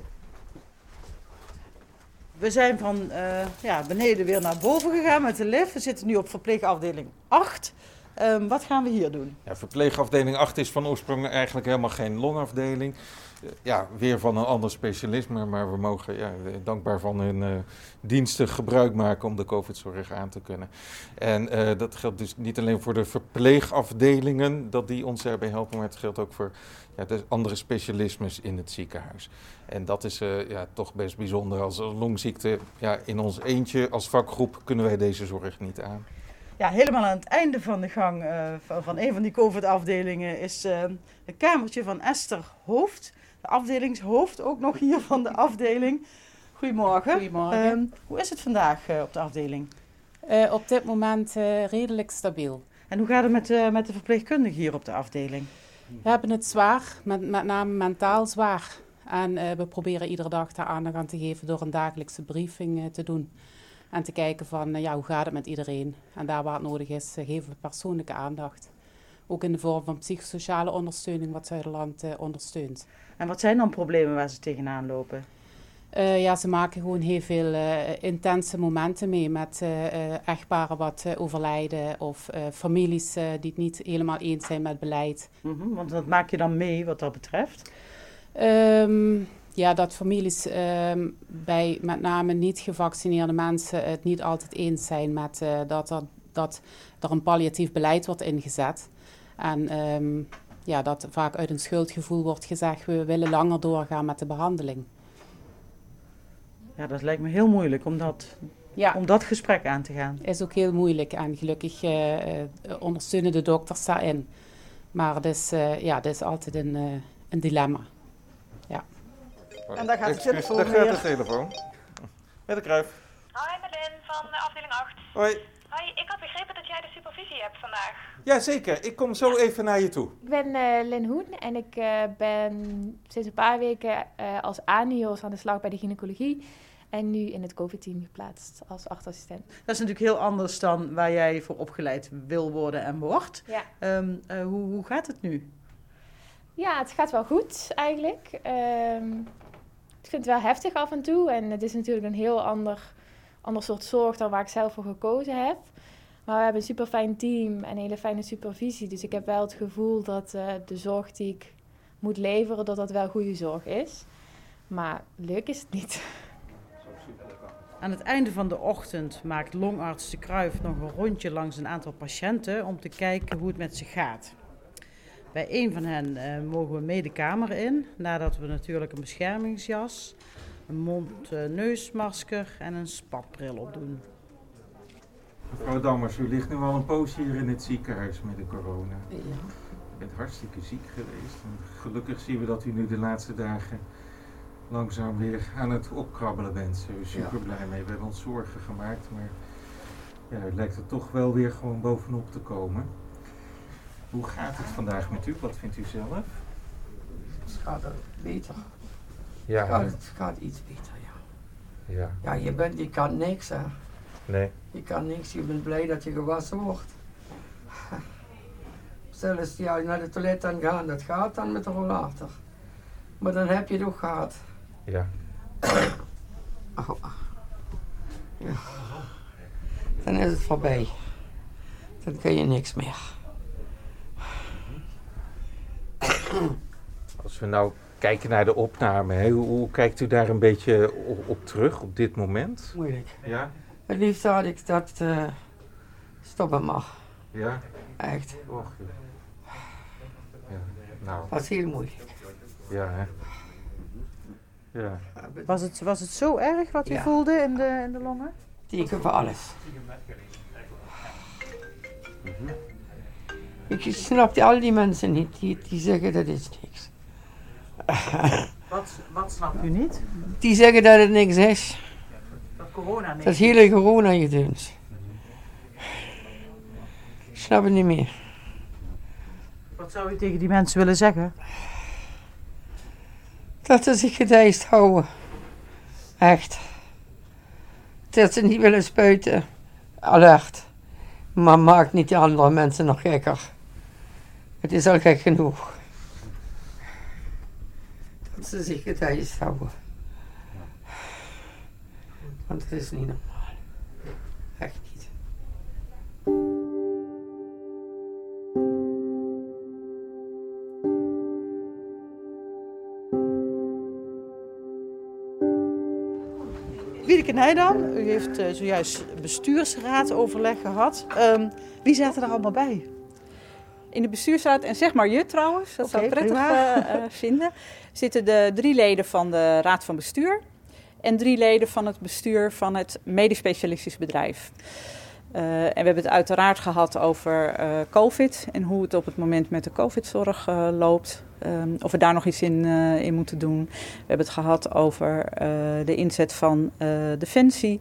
We zijn van uh, ja, beneden weer naar boven gegaan met de lift. We zitten nu op verpleegafdeling acht. Um, wat gaan we hier doen? Ja, verpleegafdeling acht is van oorsprong eigenlijk helemaal geen longafdeling. Uh, ja, weer van een ander specialisme, maar we mogen ja, dankbaar van hun uh, diensten gebruik maken om de COVID-zorg aan te kunnen. En uh, dat geldt dus niet alleen voor de verpleegafdelingen, dat die ons daarbij helpen, maar het geldt ook voor ja, de andere specialismes in het ziekenhuis. En dat is uh, ja, toch best bijzonder. Als longziekte ja, in ons eentje als vakgroep kunnen wij deze zorg niet aan. Ja, helemaal aan het einde van de gang uh, van, van een van die COVID-afdelingen is uh, een kamertje van Esther Hoofd. De afdelingshoofd, ook nog hier van de afdeling. Goedemorgen. Goedemorgen. Uh, hoe is het vandaag uh, op de afdeling? Uh, op dit moment uh, redelijk stabiel. En hoe gaat het met, uh, met de verpleegkundigen hier op de afdeling? We hebben het zwaar, met, met name mentaal zwaar. En uh, we proberen iedere dag daar aandacht aan te geven door een dagelijkse briefing uh, te doen. En te kijken van, uh, ja, hoe gaat het met iedereen? En daar waar het nodig is, uh, geven we persoonlijke aandacht. Ook in de vorm van psychosociale ondersteuning, wat Zuiderland uh, ondersteunt. En wat zijn dan problemen waar ze tegenaan lopen? Uh, ja, ze maken gewoon heel veel uh, intense momenten mee met uh, uh, echtparen wat uh, overlijden of uh, families uh, die het niet helemaal eens zijn met beleid. Mm-hmm, want wat maak je dan mee wat dat betreft? Um, ja, dat families um, bij met name niet gevaccineerde mensen het niet altijd eens zijn met uh, dat, er, dat er een palliatief beleid wordt ingezet. En um, ja, dat vaak uit een schuldgevoel wordt gezegd, we willen langer doorgaan met de behandeling. Ja, dat lijkt me heel moeilijk om dat, ja. om dat gesprek aan te gaan. Is ook heel moeilijk en gelukkig uh, uh, ondersteunen de dokters daarin. Maar het is, uh, ja, het is altijd een, uh, een dilemma. Ja. En daar gaat de telefoon Daar weer. gaat de telefoon. Met de Kruif. Hoi Marlin van uh, afdeling acht. Hoi. Hoi, ik had begrepen dat jij de supervisie hebt vandaag. Ja, zeker. Ik kom zo even naar je toe. Ik ben uh, Lynn Hoen en ik uh, ben sinds een paar weken uh, als A N I O S aan de slag bij de gynaecologie. En nu in het COVID-team geplaatst als achtassistent. Dat is natuurlijk heel anders dan waar jij voor opgeleid wil worden en wordt. Ja. Um, uh, hoe, hoe gaat het nu? Ja, het gaat wel goed eigenlijk. Um, ik vind het wel heftig af en toe. En het is natuurlijk een heel ander, ander soort zorg dan waar ik zelf voor gekozen heb. Maar we hebben een super fijn team en een hele fijne supervisie. Dus ik heb wel het gevoel dat uh, de zorg die ik moet leveren, dat dat wel goede zorg is. Maar leuk is het niet. Aan het einde van de ochtend maakt longarts De Kruif nog een rondje langs een aantal patiënten om te kijken hoe het met ze gaat. Bij een van hen uh, mogen we mee de kamer in, nadat we natuurlijk een beschermingsjas, een mond-neusmasker en een spatbril opdoen. Mevrouw Dammers, u ligt nu al een poos hier in het ziekenhuis met de corona. Ja. U bent hartstikke ziek geweest. En gelukkig zien we dat u nu de laatste dagen langzaam weer aan het opkrabbelen bent. Daar zijn we super blij mee. We hebben ons zorgen gemaakt, maar ja, het lijkt er toch wel weer gewoon bovenop te komen. Hoe gaat het vandaag met u? Wat vindt u zelf? Het gaat er beter. Ja, het, gaat, het gaat iets beter, ja. Ja. Ja, je, bent, je kan niks, hè. Nee. Je kan niks, je bent blij dat je gewassen wordt. Zelfs ja, naar de toilet aan gaan, dat gaat dan met de rollator. Maar dan heb je het ook gehad. Ja. Oh. Ja. Dan is het voorbij. Dan kun je niks meer. Als we nou kijken naar de opname, hè, hoe, hoe kijkt u daar een beetje op, op terug op dit moment? Moeilijk. Ja? Het liefst had ik dat uh, stoppen mag. Ja? Echt. Och, ja. Nou. Dat was heel moeilijk. Ja, hè. Ja. Was het, was het zo erg wat u Ja. voelde in de, in de longen? Teken voor alles. Mm-hmm. Ik snapte al die mensen niet die, die zeggen dat is niks. Wat, wat snapt u niet? Die zeggen dat het niks is. Dat corona niks Dat hele corona-gedöns. Ik snap het niet meer. Wat zou u tegen die mensen willen zeggen? Dat ze zich gedijst houden. Echt. Dat ze niet willen spuiten. Alert. Maar maakt niet die andere mensen nog gekker. Het is al gek genoeg. Dat ze zich gedijst houden. Want het is niet normaal. Echt niet. Wiedeke Nijdam, u heeft uh, zojuist bestuursraadoverleg gehad. Um, wie zaten er allemaal bij? In de bestuursraad, en zeg maar je trouwens, dat Okay, zou ik prettig prima. uh, uh, vinden, zitten de drie leden van de raad van bestuur en drie leden van het bestuur van het medisch specialistisch bedrijf. Uh, en we hebben het uiteraard gehad over uh, COVID en hoe het op het moment met de COVID-zorg uh, loopt. Um, of we daar nog iets in, uh, in moeten doen. We hebben het gehad over uh, de inzet van uh, Defensie.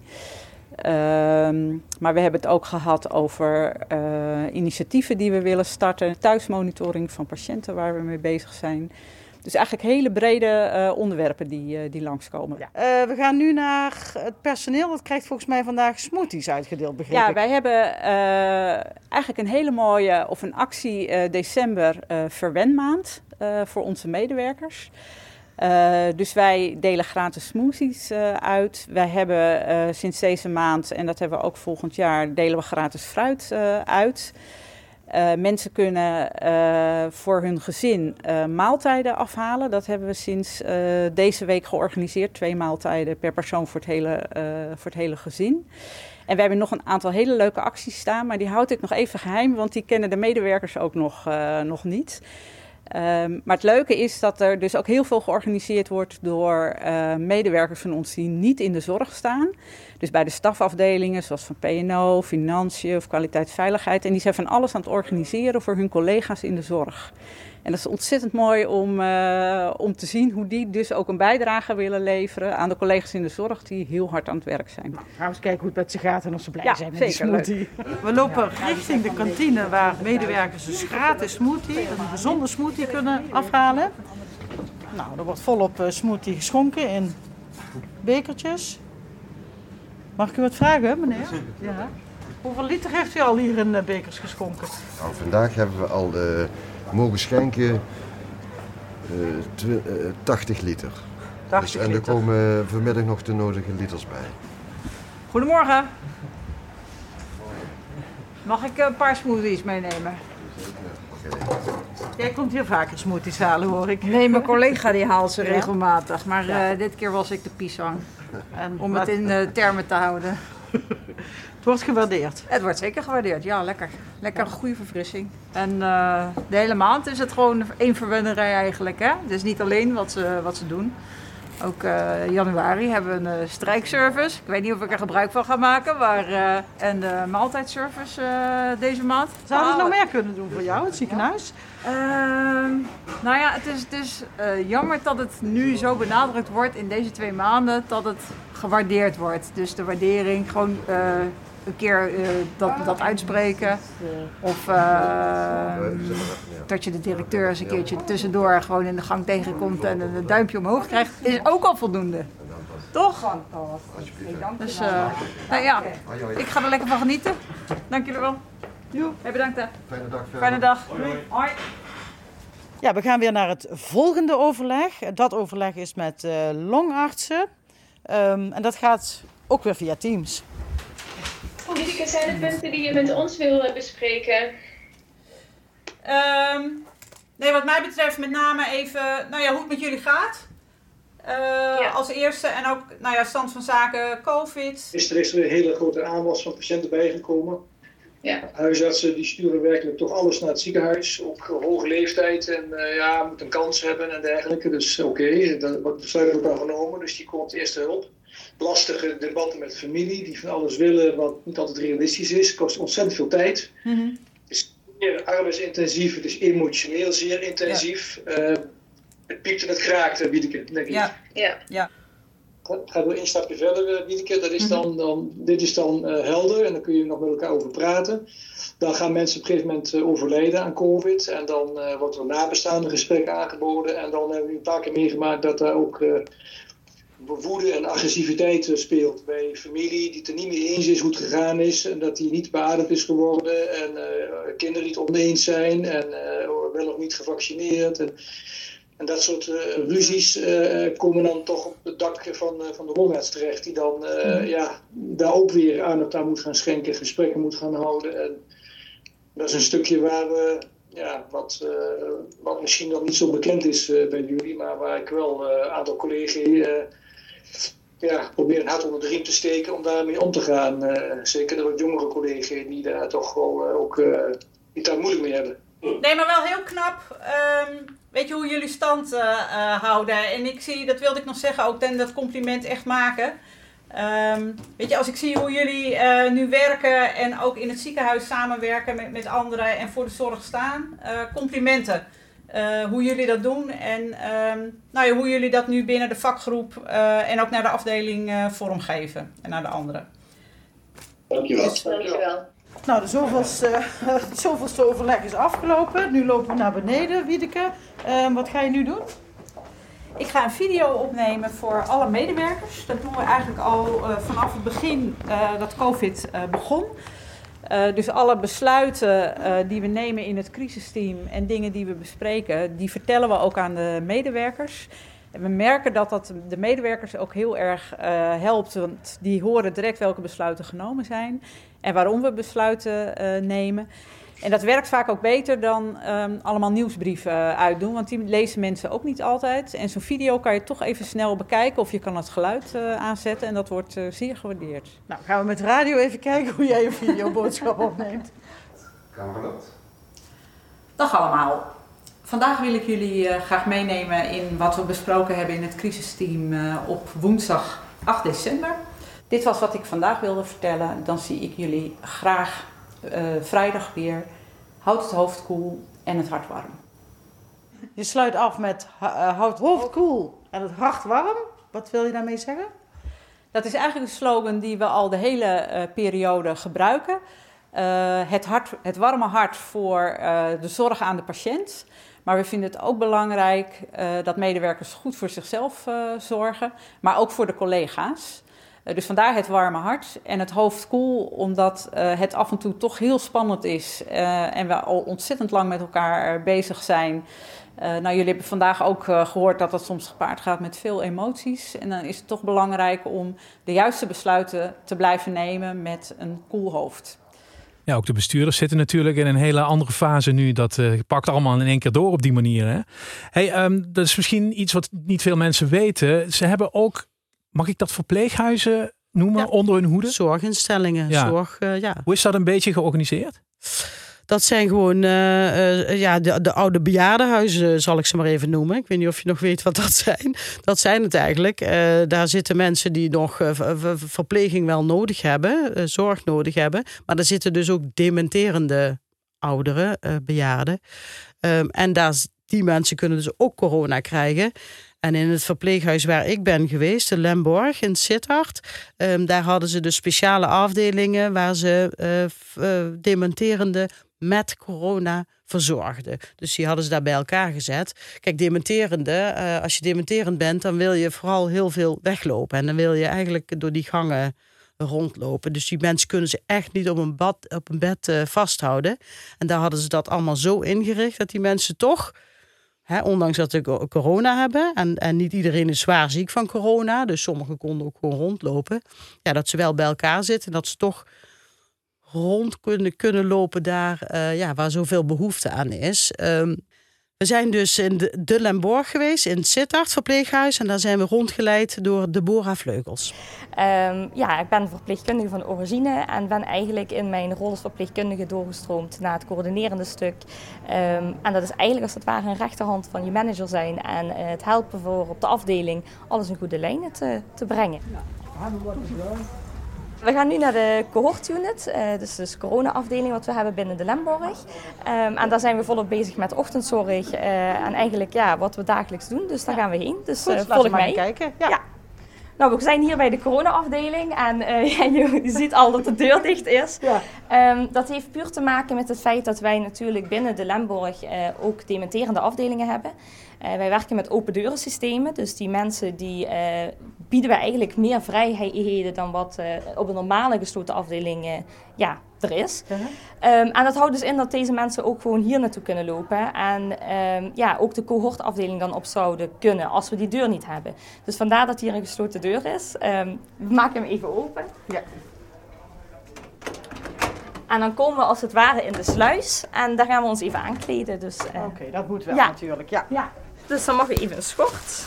Um, maar we hebben het ook gehad over uh, initiatieven die we willen starten. Thuismonitoring van patiënten waar we mee bezig zijn. Dus eigenlijk hele brede uh, onderwerpen die, uh, die langskomen. Ja. Uh, we gaan nu naar het personeel. Dat krijgt volgens mij vandaag smoothies uitgedeeld, begreep Ja, ik. wij hebben uh, eigenlijk een hele mooie, of een actie uh, december uh, verwenmaand uh, voor onze medewerkers. Uh, dus wij delen gratis smoothies uh, uit. Wij hebben uh, sinds deze maand, en dat hebben we ook volgend jaar, delen we gratis fruit uh, uit. Uh, mensen kunnen uh, voor hun gezin uh, maaltijden afhalen. Dat hebben we sinds uh, deze week georganiseerd. Twee maaltijden per persoon voor het, hele, uh, voor het hele gezin. En we hebben nog een aantal hele leuke acties staan, maar die houd ik nog even geheim, want die kennen de medewerkers ook nog, uh, nog niet. Um, maar het leuke is dat er dus ook heel veel georganiseerd wordt door uh, medewerkers van ons die niet in de zorg staan. Dus bij de stafafdelingen zoals van P en O, Financiën of Kwaliteitsveiligheid. En die zijn van alles aan het organiseren voor hun collega's in de zorg. En dat is ontzettend mooi om, uh, om te zien hoe die dus ook een bijdrage willen leveren aan de collega's in de zorg die heel hard aan het werk zijn. Nou, gaan we eens kijken hoe het met ze gaat en of ze blij Ja, zijn met zeker, die smoothie. We lopen richting de kantine waar medewerkers dus gratis smoothie, een gezonde smoothie kunnen afhalen. Nou, er wordt volop uh, smoothie geschonken in bekertjes. Mag ik u wat vragen, meneer? Ja. Hoeveel liter heeft u al hier in uh, bekers geschonken? Nou, vandaag hebben we al uh, mogen schenken uh, tw- uh, tachtig liter. tachtig Dus, en er liter. komen vanmiddag nog de nodige liters bij. Goedemorgen. Mag ik een paar smoothies meenemen? Jij komt hier vaker smoothies halen, hoor ik. Nee, mijn collega die haalt ze Ja? regelmatig. Maar Ja. uh, dit keer was ik de pisang. En Om wat- het in uh, termen te houden. Het wordt gewaardeerd. Het wordt zeker gewaardeerd, ja, lekker. Lekker een goede verfrissing. En uh, de hele maand is het gewoon één verwennerij eigenlijk, hè. Dus niet alleen wat ze, wat ze doen. Ook uh, januari hebben we een uh, strijkservice. Ik weet niet of ik er gebruik van ga maken, maar uh, en de maaltijdservice uh, deze maand. Zouden ze Ah, nog meer kunnen doen voor jou, het ziekenhuis? Uh, nou ja, het is, het is uh, jammer dat het nu zo benadrukt wordt in deze twee maanden dat het gewaardeerd wordt. Dus de waardering, gewoon uh, een keer uh, dat, dat uitspreken. Of uh, dat je de directeur eens een keertje tussendoor gewoon in de gang tegenkomt en een duimpje omhoog krijgt, is ook al voldoende. Toch? Dus uh, nou ja, ik ga er lekker van genieten. Dank jullie wel. Hey, bedankt hè. Fijne dag verder. Fijne dag. Hoi. Ja, we gaan weer naar het volgende overleg. Dat overleg is met uh, longartsen. Um, en dat gaat ook weer via Teams. Wiedeke, zijn er punten die je met ons wil bespreken? Um, nee, wat mij betreft met name even, nou ja, hoe het met jullie gaat. Uh, ja. Als eerste en ook, nou ja, stand van zaken COVID. Gisteren is er een hele grote aanwas van patiënten bijgekomen. Ja. Huisartsen die sturen werkelijk toch alles naar het ziekenhuis. Ook hoge leeftijd en uh, ja, moet een kans hebben en dergelijke. Dus oké, okay, dat besluit wordt dan genomen. Dus die komt eerste hulp. Lastige debatten met familie, die van alles willen wat niet altijd realistisch is. Kost ontzettend veel tijd. Mm-hmm. Het is zeer arbeidsintensief, het is emotioneel zeer intensief. Ja. Uh, het piekt en het kraakt, Wiedeke, denk ik. Ja, ja. ja. Ga door één stapje verder, Wiedeke. Dat is dan, dan, dit is dan uh, helder en dan kun je nog met elkaar over praten. Dan gaan mensen op een gegeven moment uh, overlijden aan COVID. En dan uh, wordt er een nabestaande gesprek aangeboden. En dan hebben we een paar keer meegemaakt dat daar ook uh, woede en agressiviteit uh, speelt. Bij familie die het er niet mee eens is hoe het gegaan is. En dat die niet beademd is geworden. En uh, kinderen die het oneens zijn. En uh, wel of niet gevaccineerd. En, En dat soort uh, ruzies uh, komen dan toch op het dak van, uh, van de longarts terecht. Die dan uh, mm. ja, daar ook weer aandacht aan moet gaan schenken, gesprekken moet gaan houden. En dat is een stukje waar we, ja, wat, uh, wat misschien nog niet zo bekend is uh, bij jullie. Maar waar ik wel een uh, aantal collega's uh, ja, probeer een hart onder de riem te steken om daarmee om te gaan. Uh, zeker de wat jongere collega's die daar toch wel uh, ook uh, die daar moeilijk mee hebben. Nee, maar wel heel knap. Um, weet je hoe jullie stand uh, uh, houden? En ik zie, dat wilde ik nog zeggen, ook dan dat compliment echt maken. Um, weet je, als ik zie hoe jullie uh, nu werken en ook in het ziekenhuis samenwerken met, met anderen en voor de zorg staan. Uh, complimenten. Uh, hoe jullie dat doen en um, nou ja, hoe jullie dat nu binnen de vakgroep uh, en ook naar de afdeling uh, vormgeven en naar de anderen. Dankjewel. Dus, dankjewel. Nou, de zoveelste, uh, zoveelste overleg is afgelopen. Nu lopen we naar beneden, Wiedeke. Uh, wat ga je nu doen? Ik ga een video opnemen voor alle medewerkers. Dat doen we eigenlijk al uh, vanaf het begin uh, dat COVID uh, begon. Uh, dus alle besluiten uh, die we nemen in het crisisteam en dingen die we bespreken, die vertellen we ook aan de medewerkers. En we merken dat dat de medewerkers ook heel erg uh, helpt, want die horen direct welke besluiten genomen zijn en waarom we besluiten uh, nemen. En dat werkt vaak ook beter dan um, allemaal nieuwsbrieven uh, uitdoen, want die lezen mensen ook niet altijd. En zo'n video kan je toch even snel bekijken of je kan het geluid uh, aanzetten en dat wordt uh, zeer gewaardeerd. Nou, gaan we met radio even kijken hoe jij een videoboodschap opneemt. Camera. Dag allemaal. Vandaag wil ik jullie uh, graag meenemen in wat we besproken hebben in het crisisteam uh, op woensdag acht december. Dit was wat ik vandaag wilde vertellen. Dan zie ik jullie graag uh, vrijdag weer. Houd het hoofd koel en het hart warm. Je sluit af met uh, houd het hoofd koel en het hart warm. Wat wil je daarmee zeggen? Dat is eigenlijk een slogan die we al de hele uh, periode gebruiken. Uh, het, hart, het warme hart voor uh, de zorg aan de patiënt. Maar we vinden het ook belangrijk uh, dat medewerkers goed voor zichzelf uh, zorgen, maar ook voor de collega's. Uh, dus vandaar het warme hart en het hoofd koel, omdat uh, het af en toe toch heel spannend is uh, en we al ontzettend lang met elkaar bezig zijn. Uh, nou, jullie hebben vandaag ook uh, gehoord dat dat soms gepaard gaat met veel emoties. En dan is het toch belangrijk om de juiste besluiten te blijven nemen met een koel hoofd. Ja, ook de bestuurders zitten natuurlijk in een hele andere fase nu. Dat uh, pakt allemaal in één keer door op die manier. Hè? Hey, um, dat is misschien iets wat niet veel mensen weten. Ze hebben ook, mag ik dat verpleeghuizen noemen, ja, onder hun hoede? Zorginstellingen. Ja. Zorg, uh, ja. Hoe is dat een beetje georganiseerd? Dat zijn gewoon uh, uh, ja, de, de oude bejaardenhuizen, zal ik ze maar even noemen. Ik weet niet of je nog weet wat dat zijn. Dat zijn het eigenlijk. Uh, daar zitten mensen die nog uh, verpleging wel nodig hebben, uh, zorg nodig hebben. Maar er zitten dus ook dementerende ouderen, uh, bejaarden. Um, en daar, die mensen kunnen dus ook corona krijgen. En in het verpleeghuis waar ik ben geweest, de Lemborg in Sittard, um, daar hadden ze dus speciale afdelingen waar ze uh, uh, dementerende met corona verzorgden. Dus die hadden ze daar bij elkaar gezet. Kijk, dementerende, uh, als je dementerend bent, dan wil je vooral heel veel weglopen. En dan wil je eigenlijk door die gangen rondlopen. Dus die mensen kunnen ze echt niet op een, bad, op een bed uh, vasthouden. En daar hadden ze dat allemaal zo ingericht dat die mensen toch, hè, ondanks dat ze corona hebben, en, en niet iedereen is zwaar ziek van corona, dus sommigen konden ook gewoon rondlopen, ja, dat ze wel bij elkaar zitten en dat ze toch rond kunnen, kunnen lopen daar uh, ja, waar zoveel behoefte aan is. Um, We zijn dus in de, de Lemborg geweest, in het Sittard verpleeghuis. En daar zijn we rondgeleid door Deborah Vleugels. Um, ja, ik ben verpleegkundige van origine en ben eigenlijk in mijn rol als verpleegkundige doorgestroomd naar het coördinerende stuk. Um, en dat is eigenlijk als het ware een rechterhand van je manager zijn en uh, het helpen voor op de afdeling alles in goede lijnen te, te brengen. We gaan nu naar de cohort unit, uh, dus de corona-afdeling wat we hebben binnen de Lemborg. Um, en daar zijn we volop bezig met ochtendzorg uh, en eigenlijk ja, wat we dagelijks doen. Dus daar gaan we heen. Dus Goed, uh, volg volg mij. mij. Kijken. Ja. Ja. Nou, we zijn hier bij de corona-afdeling en uh, ja, je, je ziet al dat de deur dicht is. Ja. Um, dat heeft puur te maken met het feit dat wij natuurlijk binnen de Lemborg uh, ook dementerende afdelingen hebben. Uh, wij werken met open deuren systemen, dus die mensen die uh, bieden wij eigenlijk meer vrijheden dan wat uh, op een normale gesloten afdeling uh, ja, er is. Uh-huh. Um, en dat houdt dus in dat deze mensen ook gewoon hier naartoe kunnen lopen en um, ja, ook de cohortafdeling dan op zouden kunnen als we die deur niet hebben. Dus vandaar dat hier een gesloten deur is. Um, we maken hem even open. Ja. En dan komen we als het ware in de sluis en daar gaan we ons even aankleden. Dus, uh, Oké, okay, dat moet wel ja. natuurlijk. Ja. Ja. Dus dan mag we even een schort.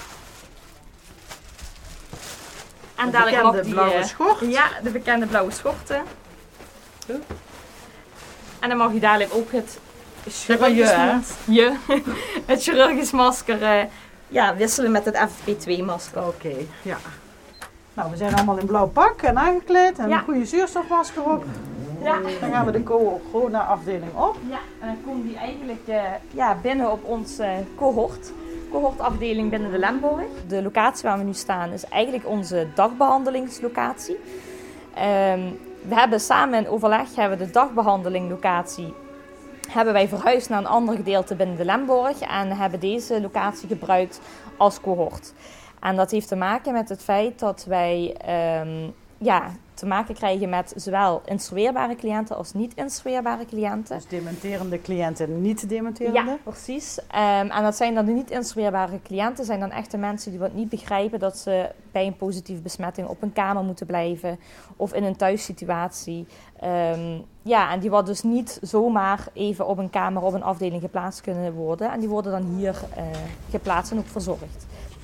En de dadelijk bekende mag die, blauwe uh, schort. Ja, de bekende blauwe schorten. Zo. En dan mag je dadelijk ook het chirurgisch, je, je, het chirurgisch masker uh, ja, wisselen met het F P twee masker. Oké, okay, ja. Nou, we zijn allemaal in blauw pak en aangekleed en ja. een goede zuurstofmasker op. Ja. Dan gaan we de corona-afdeling op. Ja, en dan komen die eigenlijk uh, ja, binnen op ons uh, cohort. Cohortafdeling binnen de Lemborg. De locatie waar we nu staan is eigenlijk onze dagbehandelingslocatie. Um, we hebben samen in overleg hebben de dagbehandelinglocatie hebben wij verhuisd naar een ander gedeelte binnen de Lemborg en hebben deze locatie gebruikt als cohort. En dat heeft te maken met het feit dat wij um, ja, te maken krijgen met zowel instrueerbare cliënten als niet-instrueerbare cliënten. Dus dementerende cliënten en niet-dementerende? Ja, precies. Um, en dat zijn dan de niet-instrueerbare cliënten, zijn dan echte mensen die wat niet begrijpen dat ze bij een positieve besmetting op een kamer moeten blijven of in een thuissituatie. Um, ja, en die wat dus niet zomaar even op een kamer of een afdeling geplaatst kunnen worden. En die worden dan hier uh, geplaatst en ook verzorgd.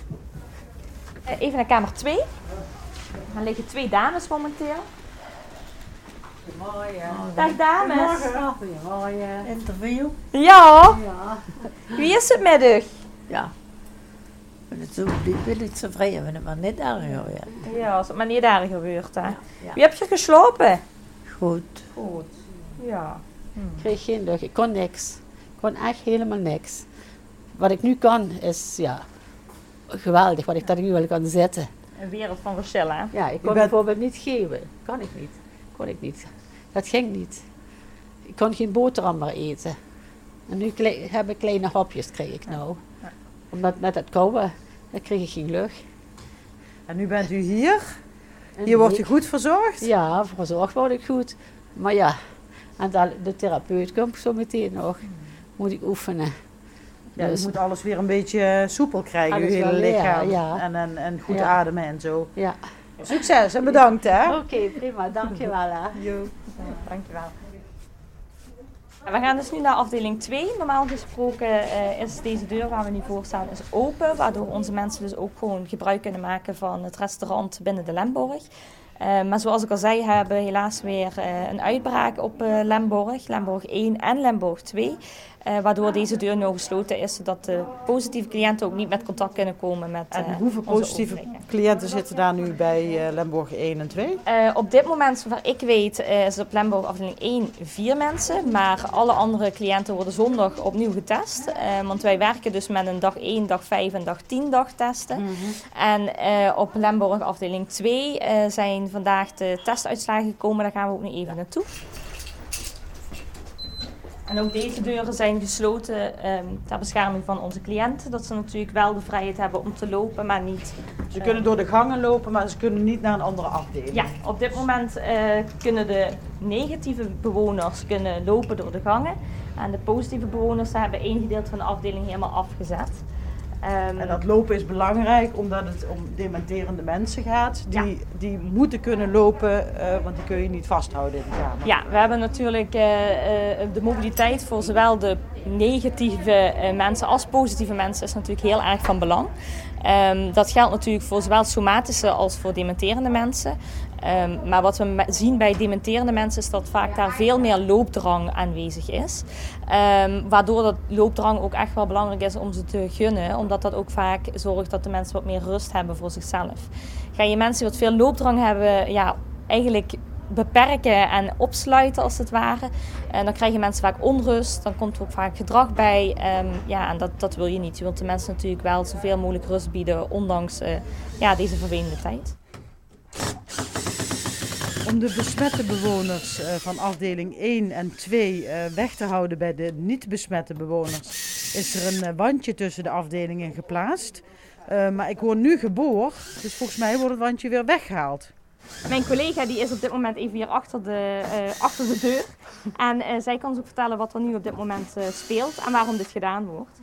Uh, even naar kamer twee. Er liggen twee dames momenteel. Goedemorgen. Dag dames. Goedemorgen. Interview? Ja. Ja. Wie is het met u? Ja. Ik ben het zo, ik ben niet tevreden, ben het maar niet erger geweest. Ja, als het maar niet erger gebeurt, hè. Ja. Ja. Wie heb je geslapen? Goed. Goed. Ja. Hm. Ik kreeg geen lucht, ik kon niks. Ik kon echt helemaal niks. Wat ik nu kan is, ja, geweldig, wat ik, dat ik nu wel kan zetten. Een wereld van verschil, hè? Ja, ik kon bent... bijvoorbeeld niet geven. Kan ik niet. Kon ik niet. Dat ging niet. Ik kon geen boterham meer eten. En nu kle- heb ik kleine hapjes, kreeg ik nou. Ja. Omdat met het koude, dan kreeg ik geen lucht. En nu bent u hier? Hier wordt u goed verzorgd? Ja, verzorgd word ik goed. Maar ja, en de, de therapeut komt zo meteen nog. Moet ik oefenen. Ja, dus je moet alles weer een beetje soepel krijgen, uw hele lichaam. Ja. En, en, en goed ja. ademen en zo. Ja. Succes en bedankt, hè? Oké, okay, prima. Dankjewel. Hè. Jo. Ja, dankjewel. We gaan dus nu naar afdeling twee. Normaal gesproken uh, is deze deur waar we nu voor staan is open. Waardoor onze mensen dus ook gewoon gebruik kunnen maken van het restaurant binnen de Lemborg. Uh, maar zoals ik al zei, hebben we helaas weer uh, een uitbraak op uh, Lemborg. Lemborg één en Lemborg twee. Uh, waardoor deze deur nu gesloten is, zodat de positieve cliënten ook niet met contact kunnen komen met uh, En hoeveel positieve cliënten zitten daar nu bij uh, Lemborg één en twee? Uh, op dit moment, zover ik weet, uh, is het op Lemborg afdeling één vier mensen. Maar alle andere cliënten worden zondag opnieuw getest. Uh, want wij werken dus met een dag één, dag vijf en dag tien dag testen. Mm-hmm. En uh, op Lemborg afdeling twee uh, zijn vandaag de testuitslagen gekomen. Daar gaan we ook nu even naartoe. En ook deze deuren zijn gesloten um, ter bescherming van onze cliënten. Dat ze natuurlijk wel de vrijheid hebben om te lopen, maar niet... Ze kunnen door de gangen lopen, maar ze kunnen niet naar een andere afdeling. Ja, op dit moment uh, kunnen de negatieve bewoners kunnen lopen door de gangen. En de positieve bewoners hebben één gedeelte van de afdeling helemaal afgezet. Um, en dat lopen is belangrijk omdat het om dementerende mensen gaat. Die, ja. die moeten kunnen lopen, uh, want die kun je niet vasthouden in de kamer. Ja, we hebben natuurlijk uh, uh, de mobiliteit voor zowel de negatieve uh, mensen als positieve mensen is natuurlijk heel erg van belang. Um, dat geldt natuurlijk voor zowel somatische als voor dementerende mensen. Um, maar wat we zien bij dementerende mensen is dat vaak daar veel meer loopdrang aanwezig is. Um, waardoor dat loopdrang ook echt wel belangrijk is om ze te gunnen. Omdat dat ook vaak zorgt dat de mensen wat meer rust hebben voor zichzelf. Ga je mensen die wat veel loopdrang hebben, ja, eigenlijk beperken en opsluiten als het ware. En dan krijgen mensen vaak onrust, dan komt er ook vaak gedrag bij. Um, ja, en dat, dat wil je niet. Je wilt de mensen natuurlijk wel zoveel mogelijk rust bieden, ondanks uh, ja, deze vervelende tijd. Om de besmette bewoners uh, van afdeling één en twee uh, weg te houden bij de niet besmette bewoners, is er een uh, wandje tussen de afdelingen geplaatst. Uh, maar ik hoor nu geboor, dus volgens mij wordt het wandje weer weggehaald. Mijn collega die is op dit moment even hier achter de, uh, achter de deur. En uh, zij kan ons ook vertellen wat er nu op dit moment uh, speelt en waarom dit gedaan wordt.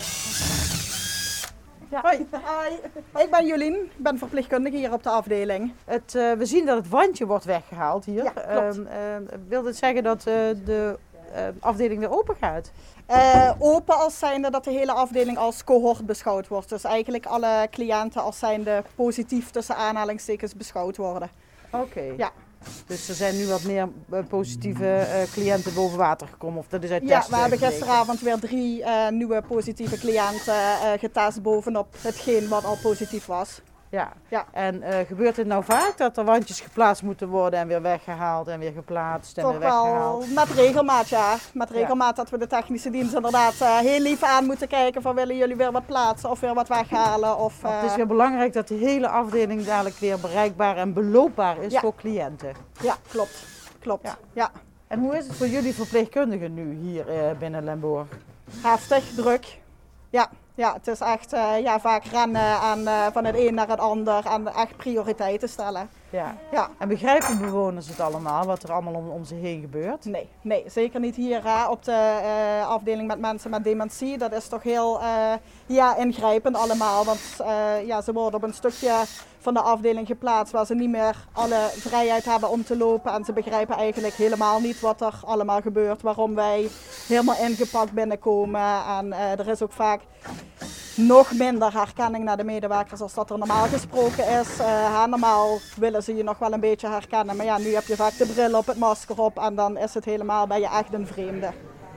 Ja. Hoi. Hoi, ik ben Jolien, ik ben verpleegkundige hier op de afdeling. Het, uh, we zien dat het wandje wordt weggehaald hier. Ja, klopt. Uh, uh, wil dit zeggen dat uh, de uh, afdeling weer open gaat? Uh, open als zijnde dat de hele afdeling als cohort beschouwd wordt. Dus eigenlijk alle cliënten als zijnde positief tussen aanhalingstekens beschouwd worden. Oké. Okay. Ja. Dus er zijn nu wat meer uh, positieve uh, cliënten boven water gekomen? Of dat is uit ja, test we hebben gisteravond weer drie uh, nieuwe positieve cliënten uh, getest bovenop hetgeen wat al positief was. Ja. ja, en uh, gebeurt het nou vaak dat er wandjes geplaatst moeten worden en weer weggehaald en weer geplaatst en Toch weer weggehaald? Wel met regelmaat, ja. Met regelmaat ja. dat we de technische dienst inderdaad uh, heel lief aan moeten kijken van willen jullie weer wat plaatsen of weer wat weghalen. Of, uh... Het is weer belangrijk dat de hele afdeling dadelijk weer bereikbaar en beloopbaar is ja. voor cliënten. Ja, klopt. klopt. Ja. Ja. En hoe is het voor jullie verpleegkundigen nu hier uh, binnen Lemborg? Heftig, druk. Ja. Ja, het is echt uh, ja, vaak rennen en, uh, van het een naar het ander en echt prioriteiten stellen. Ja. Ja. En begrijpen bewoners het allemaal, wat er allemaal om, om ze heen gebeurt? Nee, nee zeker niet hier uh, op de uh, afdeling met mensen met dementie. Dat is toch heel uh, ja, ingrijpend allemaal, want uh, ja, ze worden op een stukje van de afdeling geplaatst waar ze niet meer alle vrijheid hebben om te lopen. En ze begrijpen eigenlijk helemaal niet wat er allemaal gebeurt, waarom wij helemaal ingepakt binnenkomen. En uh, er is ook vaak nog minder herkenning naar de medewerkers als dat er normaal gesproken is. Uh, normaal willen ze je nog wel een beetje herkennen, maar ja, nu heb je vaak de bril op, het masker op en dan is het helemaal bij je echt een vreemde.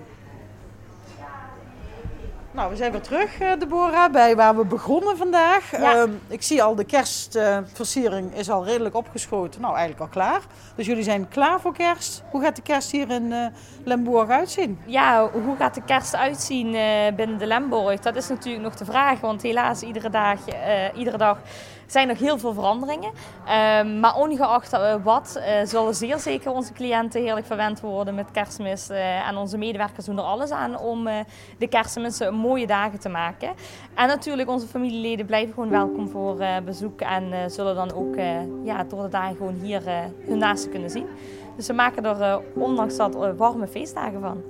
Nou, we zijn weer terug, uh, Deborah, bij waar we begonnen vandaag. Ja. Uh, ik zie al de kerstversiering uh, is al redelijk opgeschoten. Nou, eigenlijk al klaar. Dus jullie zijn klaar voor kerst. Hoe gaat de kerst hier in uh, Lemborg uitzien? Ja, hoe gaat de kerst uitzien uh, binnen de Lemborg? Dat is natuurlijk nog de vraag. Want helaas, iedere dag, uh, iedere dag zijn nog heel veel veranderingen. Uh, maar ongeacht uh, wat, uh, zullen zeer zeker onze cliënten heerlijk verwend worden met Kerstmis. Uh, en onze medewerkers doen er alles aan om uh, de Kerstmis mooie dagen te maken. En natuurlijk onze familieleden blijven gewoon welkom voor uh, bezoek. En uh, zullen dan ook uh, ja, door de dagen gewoon hier uh, hun naasten kunnen zien. Dus we maken er uh, ondanks dat uh, warme feestdagen van.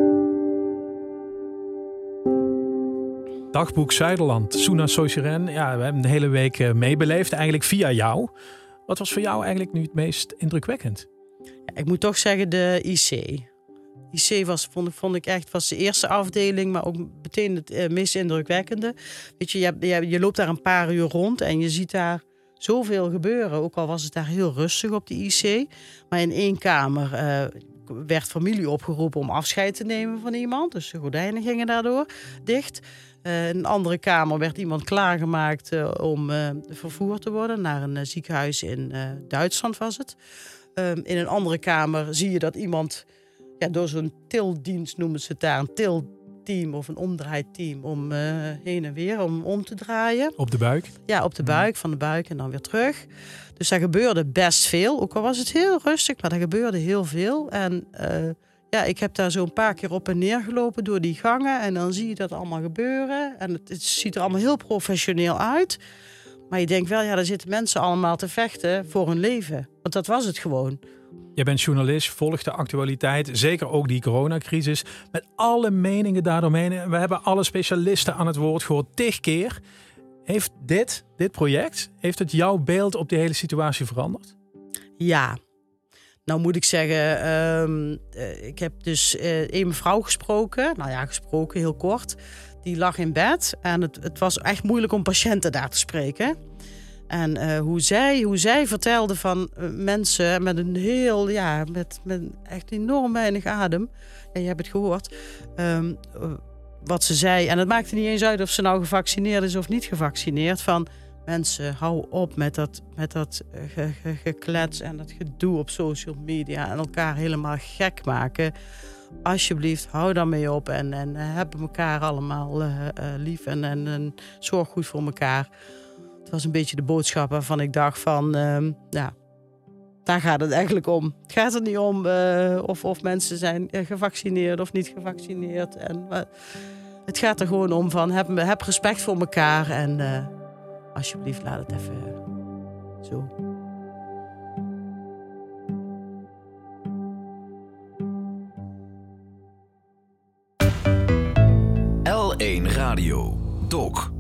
Dagboek Zuiderland, Suna Socheren. Ja, we hebben de hele week uh, meebeleefd, eigenlijk via jou. Wat was voor jou eigenlijk nu het meest indrukwekkend? Ja, ik moet toch zeggen de I C. I C was, vond, vond ik echt, was de eerste afdeling, maar ook meteen het uh, meest indrukwekkende. Weet je, je, je, je loopt daar een paar uur rond en je ziet daar zoveel gebeuren. Ook al was het daar heel rustig op de I C. Maar in één kamer uh, werd familie opgeroepen om afscheid te nemen van iemand. Dus de gordijnen gingen daardoor dicht. Uh, in een andere kamer werd iemand klaargemaakt uh, om uh, vervoerd te worden naar een uh, ziekenhuis in uh, Duitsland was het. Uh, in een andere kamer zie je dat iemand ja, door zo'n tildienst noemen ze het daar, een tilteam of een omdraaiteam om uh, heen en weer om om te draaien. Op de buik? Ja, op de buik, van de buik en dan weer terug. Dus daar gebeurde best veel. Ook al was het heel rustig, maar daar gebeurde heel veel. En uh, ja, ik heb daar zo een paar keer op en neer gelopen door die gangen. En dan zie je dat allemaal gebeuren. En het, het ziet er allemaal heel professioneel uit. Maar je denkt wel, ja, daar zitten mensen allemaal te vechten voor hun leven. Want dat was het gewoon. Je bent journalist, volgt de actualiteit, zeker ook die coronacrisis. Met alle meningen daaromheen. We hebben alle specialisten aan het woord gehoord, tig keer. Heeft dit, dit project, heeft het jouw beeld op die hele situatie veranderd? Ja. Nou moet ik zeggen, um, uh, ik heb dus uh, een mevrouw gesproken. Nou ja, gesproken, heel kort. Die lag in bed en het, het was echt moeilijk om patiënten daar te spreken. En uh, hoe, zij, hoe zij vertelde van uh, mensen met een heel, ja, met, met echt enorm weinig adem. Ja, je hebt het gehoord. Um, uh, wat ze zei, en het maakte niet eens uit of ze nou gevaccineerd is of niet gevaccineerd. Van mensen, hou op met dat, met dat uh, ge, ge, geklets en dat gedoe op social media. En elkaar helemaal gek maken. Alsjeblieft, hou daarmee op en, en uh, hebben elkaar allemaal uh, uh, lief en, en, en zorg goed voor elkaar. Het was een beetje de boodschap waarvan ik dacht van, uh, ja, daar gaat het eigenlijk om. Het gaat er niet om uh, of, of mensen zijn gevaccineerd of niet gevaccineerd. En, uh, het gaat er gewoon om van, heb, heb respect voor elkaar en uh, alsjeblieft laat het even uh, zo. L één Radio, Doc.